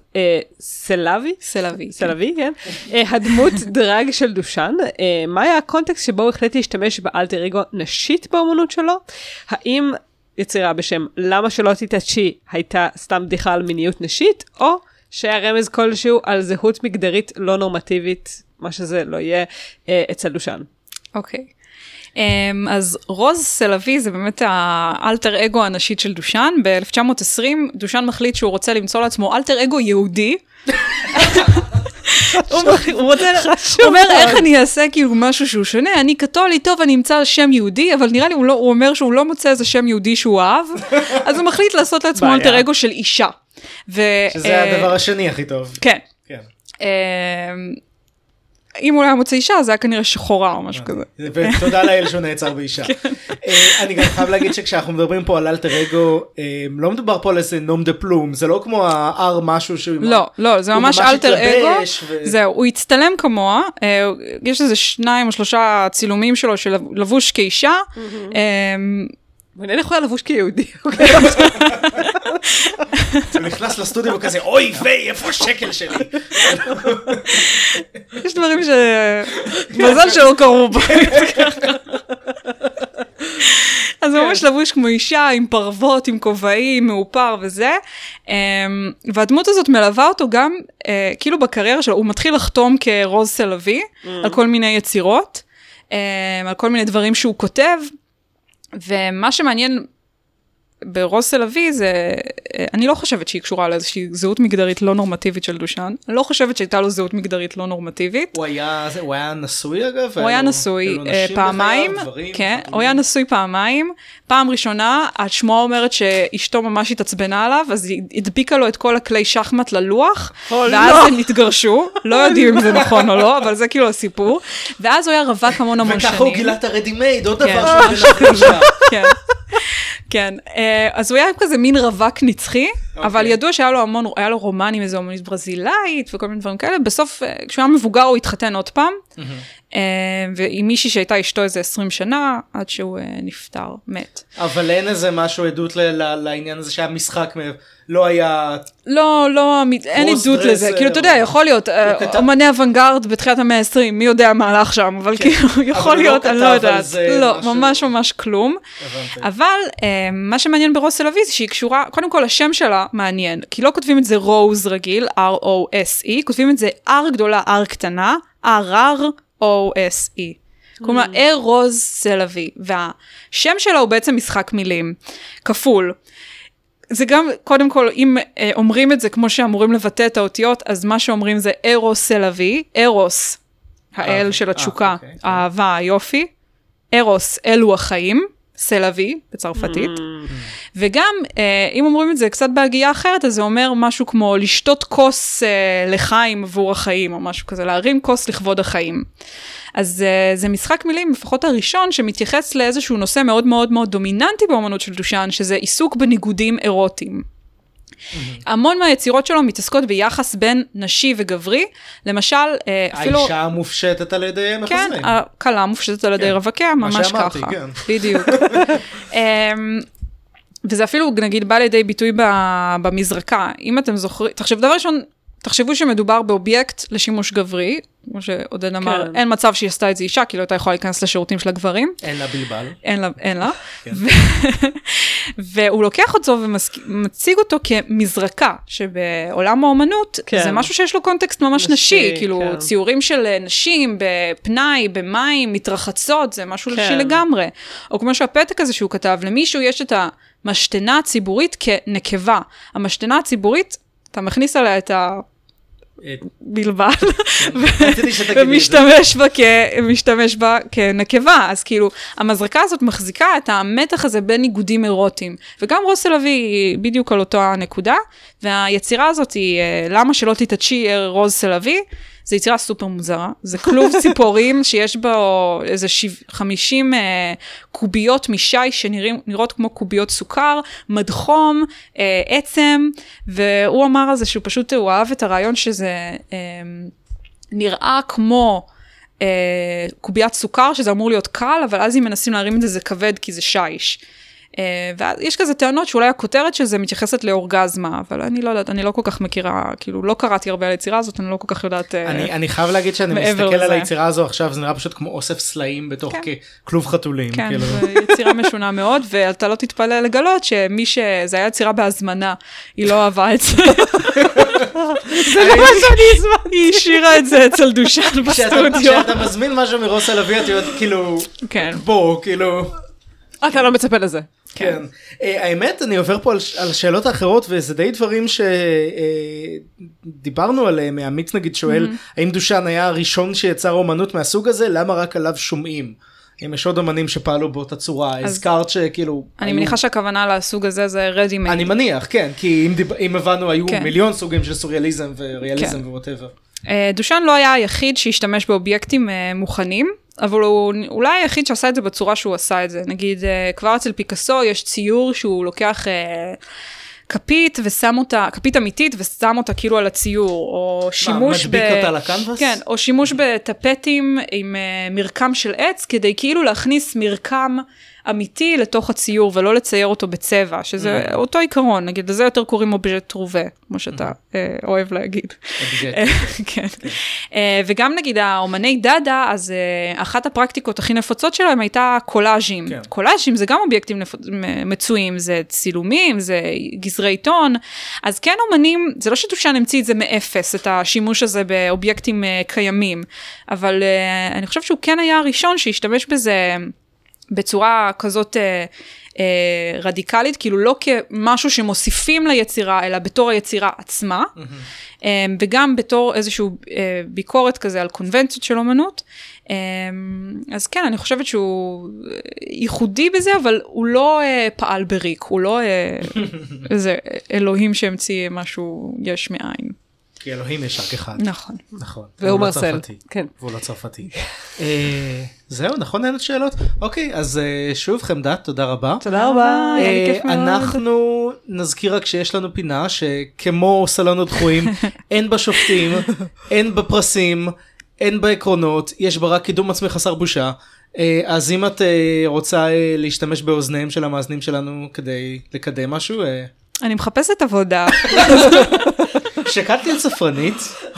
סלבי, כן? הדמות דרג של דושן. מה היה הקונטקסט שבו הוא החליט להשתמש באלטר אגו נשית באמנות שלו? האם יצירה בשם למה שלא תתעשי הייתה סתם בדיחה על מיניות נשית, או שהיה רמז כלשהו על זהות מגדרית לא נורמטיבית, מה שזה לא יהיה, אצל דושן. אוקיי. אז רוז סלבי זה באמת האלטר אגו הנשית של דושן. ב-1920 דושן מחליט שהוא רוצה למצוא לעצמו אלטר אגו יהודי. הוא אומר איך אני אעשה כאילו משהו שהוא שונה, אני קתולי, טוב אני אמצא שם יהודי, אבל נראה לי הוא אומר שהוא לא מוצא איזה שם יהודי שהוא אהב, אז הוא מחליט לעשות לעצמו אלטר אגו של אישה. שזה הדבר השני הכי טוב. כן. אם הוא היה מוצא אישה, זה היה כנראה שחורה או משהו כזה. ותודה לאל שהוא נעצר באישה. אני גם חייב להגיד שכשאנחנו מדברים פה על אלטר אגו, לא מדובר פה על איזה נום דה פלום, זה לא כמו האר משהו שהוא... לא, זה ממש אלטר אגו. זהו, הוא הצטלם כמוה, יש איזה 2 או 3 צילומים שלו של לבוש כאישה, ואינני יכולה לבוש כיהודי. הוא נכנס לסטודיו וכזה, אוי ויי, איפה השקל שלי? יש דברים מזל שלא קרו בו. אז הוא ממש לבוש כמו אישה, עם פרוות, עם כובעים, מאופר וזה. והדמות הזאת מלווה אותו גם, כאילו בקריירה שלו, הוא מתחיל לחתום כרוז סלבי, על כל מיני יצירות, על כל מיני דברים שהוא כותב, ומה שמעניין ברוז סלבי זה, אני לא חושבת שהיא קשורה לאיזושהי זהות מגדרית לא נורמטיבית של דושן, אני לא חושבת שהייתה לו זהות מגדרית לא נורמטיבית. הוא היה נשוי אגב? הוא היה נשוי פעמיים, כן, הוא היה נשוי פעמיים, פעם ראשונה, השמועה אומרת שאשתו ממש התעצבנה עליו, אז היא הדביקה לו את כל הכלי שחמט ללוח, ואז הם התגרשו, לא יודעים אם זה נכון או לא, אבל זה כאילו הסיפור, ואז הוא היה רווק המון שנים. וככה הוא גילה את הרדימייד, עוד דבר שהוא גנב. כן. כן, אז הוא היה כזה מין רווק נצחי, אבל ידוע שהיה לו המון, היה לו רומן עם איזו אומנית ברזילאית וכל מיני דברים כאלה, בסוף כשהוא היה מבוגר הוא התחתן עוד פעם, ועם מישהי שהייתה אשתו איזה 20 שנה, עד שהוא נפטר, מת. אבל אין איזה משהו עדות לעניין הזה שהיה משחק לא היה... לא, אין עדות לזה, כאילו אתה יודע, יכול להיות, אומני אוונגרד בתחילת המאה ה-20, מי יודע מה הלך שם, אבל כאילו יכול להיות, אני לא יודעת, לא, ממש כלום, אבל מה שמעניין ברוז סלבי זה שהיא קשורה, קודם כל השם שלה מעניין, כי לא כותבים את זה רוז רגיל, R-O-S-E, כותבים את זה R גדולה, R קטנה, R-R-O-S-E. כלומר, רוז סלבי, והשם שלה הוא בעצם משחק מילים, כפול. זה גם, קודם כל, אם אומרים את זה כמו שאמורים לבטא את האותיות, אז מה שאומרים זה ארוס סלבי, ארוס, האל של התשוקה, האהבה, היופי, ארוס, אלו החיים, סלבי, בצרפתית, וגם, אם אומרים את זה קצת בהגיעה אחרת, אז זה אומר משהו כמו לשתות כוס לחיים עבור החיים, או משהו כזה, להרים כוס לכבוד החיים. אז זה משחק מילים, לפחות הראשון, שמתייחס לאיזשהו נושא מאוד מאוד מאוד דומיננטי באמנות של דושן, שזה עיסוק בניגודים אירוטיים. המון מהיצירות שלו מתעסקות ביחס בין נשי וגברי, למשל, אפילו... האישה מופשטת על ידי מחזרים. כן, הכלה מופשטת על ידי רווקיה, ממש ככה. בדיוק. וזה אפילו, נגיד, בא לידי ביטוי במזרקה. אם אתם זוכרים, דבר ראשון, תחשבו שמדובר באובייקט לשימוש גברי, כמו שעודד אמר, אין מצב שהיא עשתה את זה אישה, כי לא הייתה יכולה להיכנס לשירותים של הגברים. אין לה בלבל. אין לה. והוא לוקח אותו ומציג אותו כמזרקה, שבעולם האומנות, זה משהו שיש לו קונטקסט ממש נשי, כאילו ציורים של נשים בפנאי, במים, מתרחצות, זה משהו נשי לגמרי. או כמו שהפתק הזה שהוא כתב, למישהו יש את המשתנה הציבורית כנקבה. המשתנה הציבורית, אתה מכניס עליה את בלבד, רציתי שתגידי את זה. ומשתמש בה כנקבה, אז כאילו, המזרקה הזאת מחזיקה את המתח הזה בין ניגודים אירוטיים, וגם רוס אלאבי היא בדיוק על אותו הנקודה, והיצירה הזאת היא, למה שלא תתעצ'י רוז אלאבי, זו יצירה סופר מוזרה, זה כלוב ציפורים שיש בו איזה 50 קוביות משי שנראות כמו קוביות סוכר, מדחום, עצם, והוא אמר על זה שהוא פשוט, הוא אהב את הרעיון שזה נראה כמו קוביית סוכר, שזה אמור להיות קל, אבל אז אם מנסים להרים את זה, זה כבד כי זה שיש. ויש כזה טענות שאולי הכותרת של זה מתייחסת לאורגזמה, אבל אני לא יודעת, אני לא כל כך מכירה, כאילו לא קראתי הרבה על היצירה הזאת, אני לא כל כך יודעת אני חייב להגיד שאני מסתכל על היצירה הזו עכשיו, זה נראה פשוט כמו אוסף סלעים בתוך כלוב חתולים. כן, זו יצירה משונה מאוד, ואתה לא תתפלא לגלות שמי שזה היה יצירה בהזמנה, היא לא אהבה את זה. זה לא מה שאני אזמן. היא השאירה את זה אצל דושן בסטודיו. כשאתה מזמין משהו מרוס אלאבי, אתה יודע, כאילו, בוא, כאילו... אתה לא מצפה לזה. כן. האמת, אני עובר פה על שאלות האחרות, וזה די דברים שדיברנו עליהם. עמית נגיד שואל, האם דושן היה הראשון שיצר אומנות מהסוג הזה? למה רק עליו שומעים? אם יש עוד אומנים שפעלו באותה צורה, הזכרת שכאילו... אני מניחה שהכוונה לסוג הזה זה רדי מייד. אני מניח, כן, כי אם הבנו, היו מיליון סוגים של סוריאליזם וריאליזם ווואטאבר. דושן לא היה היחיד שהשתמש באובייקטים מוכנים, אבל הוא אולי היחיד שעשה את זה בצורה שהוא עשה את זה. נגיד, כבר אצל פיקאסו יש ציור שהוא לוקח כפית ושם אותה, כפית אמיתית ושם אותה כאילו על הציור, או שימוש מדביק אותה לקנבס? כן, או שימוש בטפטים עם מרקם של עץ, כדי כאילו להכניס מרקם אמיתי לתוך הציור, ולא לצייר אותו בצבע, שזה אותו עיקרון, נגיד, לזה יותר קוראים אובייקט רובה, כמו שאתה אוהב להגיד. כן. וגם נגיד, האומני דאדה, אז אחת הפרקטיקות הכי נפוצות שלהם הייתה קולאז'ים. קולאז'ים זה גם אובייקטים מצויים, זה צילומים, זה גזרי עיתון, אז כן אומנים, זה לא שדושן המציא את זה מאפס, את השימוש הזה באובייקטים קיימים, אבל אני חושב שהוא כן היה הראשון שהשתמש בזה בצורה כזאת רדיקלית, כאילו לא כמשהו שמוסיפים ליצירה, אלא בתור היצירה עצמה, וגם בתור איזושהי ביקורת כזה על קונבנציות של אומנות. אז כן, אני חושבת שהוא ייחודי בזה, אבל הוא לא פעל בריק, הוא לא איזה אלוהים שהמציא משהו יש מאין. כי אלוהים יש רק אחד. נכון. נכון. והוא מרסל. כן. והוא לא צרפתי. זהו, נכון, אין עוד שאלות? אוקיי, אז שוב חמדה, תודה רבה. תודה רבה, היה לי כיף מאוד. אנחנו נזכיר רק שיש לנו פינה שכמו סלון הדחויים, אין בה שופטים, אין בה פרסים, אין בה עקרונות, יש בה רק קידום עצמי חסר בושה. אז אם את רוצה להשתמש באוזניהם של המאזנים שלנו כדי לקדם משהו, אני מחפשת עבודה. שקלתי את ספרנית.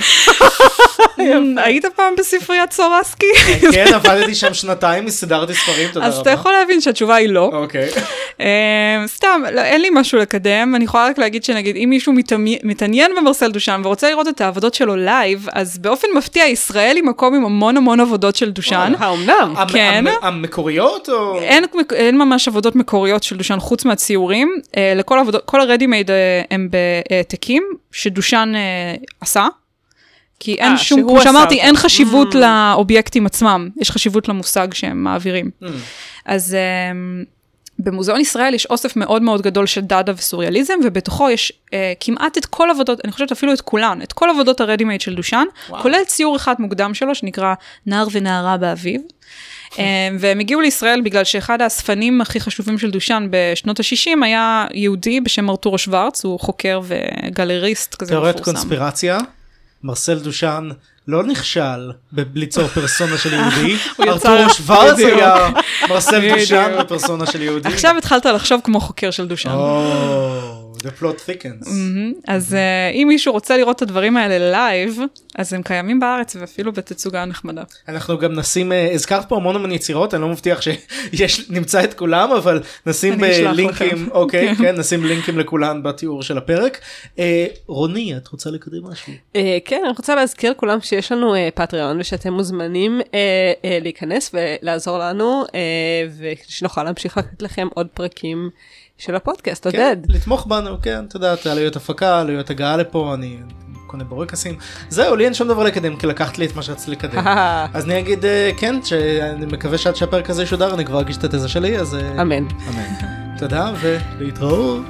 היית פעם בספריית סורסקי? כן, עבדתי שם שנתיים, סדרתי ספרים, תודה רבה. אז אתה יכול להבין שהתשובה היא לא. אוקיי. סתם, אין לי משהו לקדם, אני יכולה רק להגיד שנגיד, אם מישהו מתעניין במרסל דושן ורוצה לראות את העבודות שלו לייב, אז באופן מפתיע, ישראל היא מקום עם המון המון עבודות של דושן. האומנם? כן. המקוריות או? אין ממש עבודות מקוריות של דושן חוץ מהציורים. לכל העבודות, כל הרדי מייד הם בהעתקים שדושן עשה. כי אין שום, כמו שאמרתי, אין חשיבות לאובייקטים עצמם, יש חשיבות למושג שהם מעבירים. אז במוזיאון ישראל יש אוסף מאוד מאוד גדול של דאדה וסוריאליזם, ובתוכו יש כמעט את כל עבודות, אני חושבת אפילו את כולן, את כל עבודות הרדי מייד של דושן, כולל ציור אחד מוקדם שלו, שנקרא נער ונערה באביב. והם הגיעו לישראל בגלל שאחד האספנים הכי חשובים של דושן בשנות ה-60 היה יהודי בשם ארתורו שוורץ, הוא חוקר וגלריסט כזה מפורסם. תיאוריית קונספירציה, מרסל דושן לא נכשל ליצור פרסונה של יהודי, ארתורו שוורץ היה מרסל דושן בפרסונה של יהודי. עכשיו התחלת לחשוב כמו חוקר של דושן. The plot thickens. אז אם מישהו רוצה לראות את הדברים האלה לייב, אז הם קיימים בארץ ואפילו בתצוגה נחמדה. אנחנו גם נשים, הזכרת פה המון יצירות, אני לא מבטיח שנמצא את כולם, אבל נשים לינקים, אוקיי, כן, נשים לינקים לכולן בתיאור של הפרק. רוני, את רוצה לקדם משהו? כן, אני רוצה להזכיר לכולם שיש לנו פטריון, ושאתם מוזמנים להיכנס ולעזור לנו, ושנוכל להמשיך לתת לכם עוד פרקים של הפודקאסט, עודד. לתמוך בנו, כן, אתה יודע, עלויות הפקה, עלויות הגעה לפה, אני קונה בורקסים. זהו, לי אין שום דבר לקדם, כי לקחת לי את מה שרציתי לקדם. אז אני אגיד, כן, שאני מקווה שעד שהפרק הזה ישודר, אני כבר אגיש את התזה שלי, אז... אמן. תודה, ולהתראות.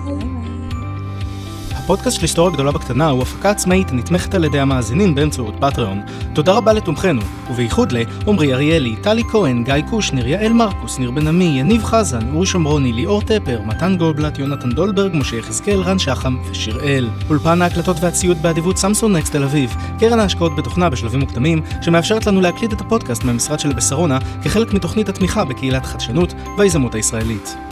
הפודקאסט של היסטוריה גדולה בקטנה הוא הפקה עצמאית הנתמכת על ידי המאזינים באמצעות פטריון. תודה רבה לתומכנו, ובייחוד לעומרי אריאלי, טלי כהן, גיא קושניר, יעל מרקוס, ניר בן עמי, יניב חזן, אורי שמרוני, ליאור טפר, מתן גולדבלט, יונתן דולברג, משה יחזקאל, רן שחם ושיראל. אולפן ההקלטות והציוד באדיבות סמסונג נקסט תל אביב, קרן ההשקעות בתוכנה בשלבים מוקדמים, שמאפשרת לנו להקליט את הפודקאסט מהמשרד של בשרונה כחלק מתוכנית התמיכה בקהילת החדשנות והיזמות הישראלית.